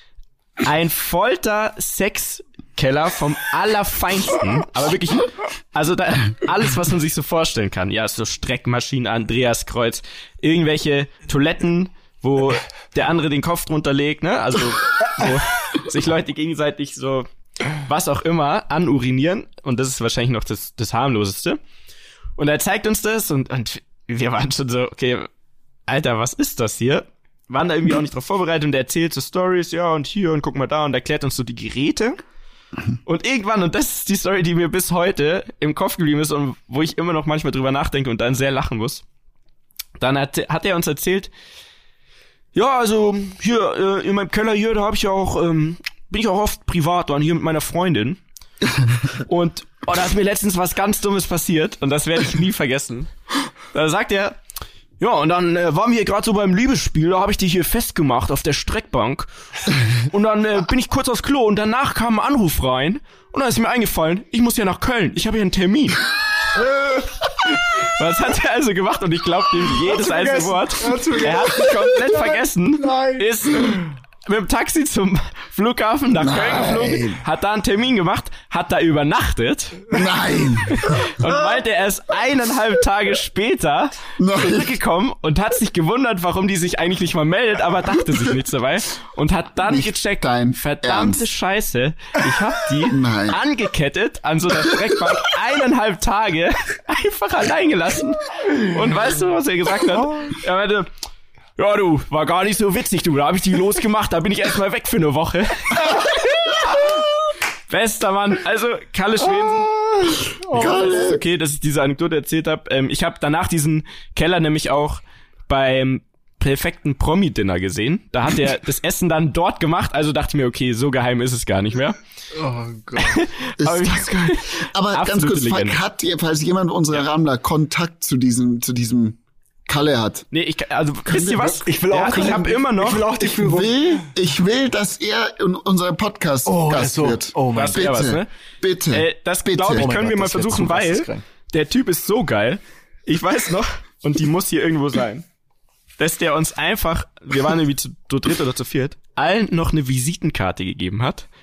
[SPEAKER 1] Ein Folter-Sex-Keller vom Allerfeinsten, aber wirklich, also da alles, was man sich so vorstellen kann. Ja, so Streckmaschinen, Andreaskreuz, irgendwelche Toiletten, wo der andere den Kopf drunter legt, ne? Also wo sich Leute gegenseitig so was auch immer anurinieren und das ist wahrscheinlich noch das, das harmloseste. Und er zeigt uns das und, und wir waren schon so, okay, Alter, was ist das hier? Waren da irgendwie auch nicht drauf vorbereitet und er erzählt so Stories, ja, und hier und guck mal da und erklärt uns so die Geräte. Und irgendwann, und das ist die Story, die mir bis heute im Kopf geblieben ist und wo ich immer noch manchmal drüber nachdenke und dann sehr lachen muss. Dann hat, hat er uns erzählt, ja, also hier äh, in meinem Keller hier, da habe ich ja auch, ähm, bin ich auch oft privat dann hier mit meiner Freundin. Und oh, da ist mir letztens was ganz Dummes passiert und das werde ich nie vergessen. Da sagt er, ja, und dann äh, waren wir hier gerade so beim Liebesspiel, da habe ich die hier festgemacht auf der Streckbank. Und dann äh, bin ich kurz aufs Klo und danach kam ein Anruf rein. Und dann ist mir eingefallen, ich muss ja nach Köln, ich habe hier einen Termin. Was hat er also gemacht? Und ich glaube ihm jedes einzelne Wort. Er hat sich komplett vergessen. Nein. Ist mit dem Taxi zum Flughafen nach Köln geflogen, hat da einen Termin gemacht, hat da übernachtet.
[SPEAKER 3] Nein.
[SPEAKER 1] Und meinte, er ist eineinhalb Tage später Nein. zurückgekommen und hat sich gewundert, warum die sich eigentlich nicht mal meldet, aber dachte sich nichts dabei und hat dann nicht gecheckt, verdammte Ernst. Scheiße, ich hab die Nein. angekettet an so einer Streckbank eineinhalb Tage einfach allein gelassen. Und weißt du, was er gesagt hat? Er meinte, ja, du, war gar nicht so witzig, du. Da hab ich die losgemacht, da bin ich erstmal weg für eine Woche. Bester Mann. Also, Kalle Schwensen. Oh, das ist okay, dass ich diese Anekdote erzählt habe. Ähm, ich habe danach diesen Keller nämlich auch beim perfekten Promi-Dinner gesehen. Da hat er das Essen dann dort gemacht, also dachte ich mir, okay, so geheim ist es gar nicht mehr.
[SPEAKER 3] Oh Gott. aber das geil. aber ganz kurz, Legende. Hat ihr, falls jemand unserer Rammler Kontakt zu diesem, zu diesem Kalle hat.
[SPEAKER 1] Nee, ich, also, wisst ihr was?
[SPEAKER 2] Ich will auch,
[SPEAKER 1] ja, ich hab immer noch,
[SPEAKER 2] ich will auch die
[SPEAKER 3] ich will, ich will, dass er in unserem Podcast
[SPEAKER 2] oh,
[SPEAKER 3] Gast
[SPEAKER 2] so,
[SPEAKER 3] wird.
[SPEAKER 2] Oh mein
[SPEAKER 3] bitte,
[SPEAKER 1] was, ne?
[SPEAKER 3] bitte.
[SPEAKER 1] Äh, das glaube ich,
[SPEAKER 3] bitte.
[SPEAKER 1] können
[SPEAKER 2] oh
[SPEAKER 1] wir
[SPEAKER 2] Gott,
[SPEAKER 1] mal versuchen, weil der Typ ist so geil. Ich weiß noch, und die muss hier irgendwo sein, dass der uns einfach, wir waren irgendwie zu, zu dritt oder zu viert, allen noch eine Visitenkarte gegeben hat,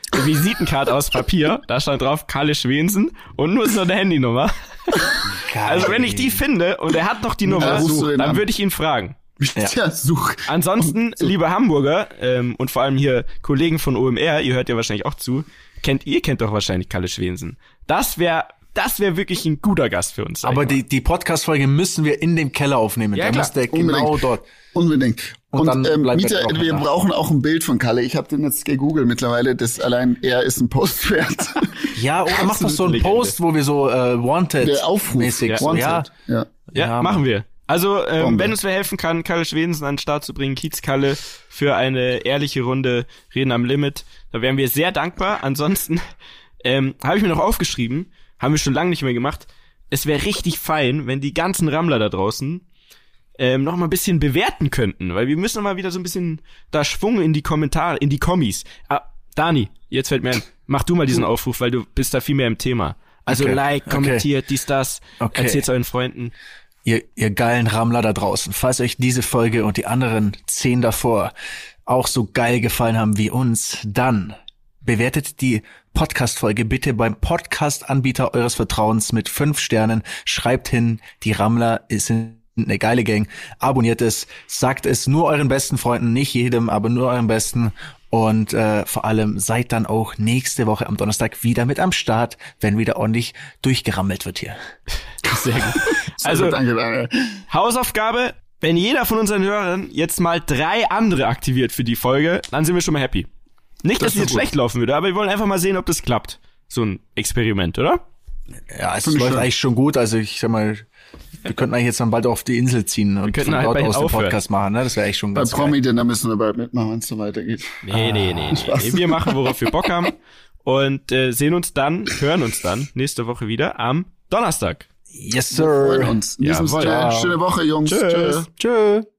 [SPEAKER 1] eine Visitenkarte aus Papier, da stand drauf Kalle Schwensen und nur so eine Handynummer.
[SPEAKER 2] Geil.
[SPEAKER 1] Also wenn ich die finde und er hat noch die Nummer,
[SPEAKER 3] Ja, rufst du ihn
[SPEAKER 1] dann
[SPEAKER 3] an.
[SPEAKER 1] würde ich ihn fragen.
[SPEAKER 3] Ja, ja such.
[SPEAKER 1] Ansonsten, liebe Hamburger ähm, und vor allem hier Kollegen von O M R, ihr hört ja wahrscheinlich auch zu, kennt ihr kennt doch wahrscheinlich Kalle Schwensen. Das wäre das wäre wirklich ein guter Gast für uns.
[SPEAKER 2] Aber die, die Podcast-Folge müssen wir in dem Keller aufnehmen.
[SPEAKER 1] Ja,
[SPEAKER 2] da
[SPEAKER 1] klar.
[SPEAKER 2] muss der
[SPEAKER 3] Unbedingt.
[SPEAKER 2] genau dort.
[SPEAKER 3] Unbedingt.
[SPEAKER 2] Und
[SPEAKER 3] Und,
[SPEAKER 2] dann
[SPEAKER 3] ähm,
[SPEAKER 2] bleibt
[SPEAKER 3] Mieter,
[SPEAKER 2] der Knochen
[SPEAKER 3] wir
[SPEAKER 2] nach.
[SPEAKER 3] brauchen auch ein Bild von Kalle. Ich habe den jetzt gegoogelt mittlerweile. Das allein, er ist ein Post wert.
[SPEAKER 2] Ja, oder mach doch so einen
[SPEAKER 1] Legende.
[SPEAKER 2] Post, wo wir so äh, Wanted
[SPEAKER 3] Der Aufruf.
[SPEAKER 2] mäßig.
[SPEAKER 1] Ja.
[SPEAKER 2] So, ja.
[SPEAKER 3] Wanted. Ja.
[SPEAKER 1] ja,
[SPEAKER 2] Ja,
[SPEAKER 1] machen wir. Also, ähm,
[SPEAKER 3] Bombe.
[SPEAKER 1] wenn uns wer helfen kann, Kalle Schwensen an den Start zu bringen, Kiez Kalle für eine ehrliche Runde Reden am Limit, da wären wir sehr dankbar. Ansonsten ähm, habe ich mir noch aufgeschrieben, haben wir schon lange nicht mehr gemacht, es wäre richtig fein, wenn die ganzen Rammler da draußen ähm, noch mal ein bisschen bewerten könnten, weil wir müssen noch mal wieder so ein bisschen da Schwung in die Kommentare, in die Kommis. Ah, Dani, jetzt fällt mir ein, mach du mal diesen Aufruf, weil du bist da viel mehr im Thema. Also
[SPEAKER 2] Okay,
[SPEAKER 1] like,
[SPEAKER 2] okay.
[SPEAKER 1] kommentiert, dies, das,
[SPEAKER 2] Okay.
[SPEAKER 1] erzählt's euren Freunden.
[SPEAKER 2] Ihr, ihr geilen Rammler da draußen, falls euch diese Folge und die anderen zehn davor auch so geil gefallen haben wie uns, dann bewertet die Podcast-Folge bitte beim Podcast-Anbieter eures Vertrauens mit fünf Sternen. Schreibt hin, die Rammler sind eine geile Gang. Abonniert es, sagt es nur euren besten Freunden, nicht jedem, aber nur euren besten. Und äh, vor allem seid dann auch nächste Woche am Donnerstag wieder mit am Start, wenn wieder ordentlich durchgerammelt wird hier.
[SPEAKER 1] Sehr gut.
[SPEAKER 3] Also,
[SPEAKER 1] Also,
[SPEAKER 3] danke, Daniel.
[SPEAKER 1] Hausaufgabe, wenn jeder von unseren Hörern jetzt mal drei andere aktiviert für die Folge, dann sind wir schon mal happy. Nicht, dass
[SPEAKER 3] Das
[SPEAKER 1] es
[SPEAKER 3] ist
[SPEAKER 1] jetzt
[SPEAKER 3] gut.
[SPEAKER 1] schlecht laufen würde, aber wir wollen einfach mal sehen, ob das klappt. So ein Experiment, oder?
[SPEAKER 2] Ja, es
[SPEAKER 3] Find ich
[SPEAKER 2] läuft
[SPEAKER 3] schön.
[SPEAKER 2] eigentlich schon gut. Also ich sag mal, wir könnten eigentlich jetzt dann bald auf die Insel ziehen und
[SPEAKER 1] könnten
[SPEAKER 2] von
[SPEAKER 1] halt
[SPEAKER 2] dort
[SPEAKER 1] bald
[SPEAKER 2] aus den
[SPEAKER 1] aufhören.
[SPEAKER 2] Podcast machen. Ne? Das wäre echt schon
[SPEAKER 3] Bei
[SPEAKER 2] ganz geil.
[SPEAKER 3] Promi, denn da müssen wir bald mitmachen, wenn es so weitergeht.
[SPEAKER 1] Nee, nee, nee, nee, nee. Wir machen, worauf wir Bock haben. Und äh, sehen uns dann, hören uns dann nächste Woche wieder am Donnerstag.
[SPEAKER 2] Yes,
[SPEAKER 3] Wir freuen
[SPEAKER 2] sir.
[SPEAKER 3] uns. In diesem
[SPEAKER 1] Jawohl.
[SPEAKER 3] Sinne, schöne Woche, Jungs.
[SPEAKER 1] Tschüss.
[SPEAKER 3] Tschö.
[SPEAKER 2] Tschö.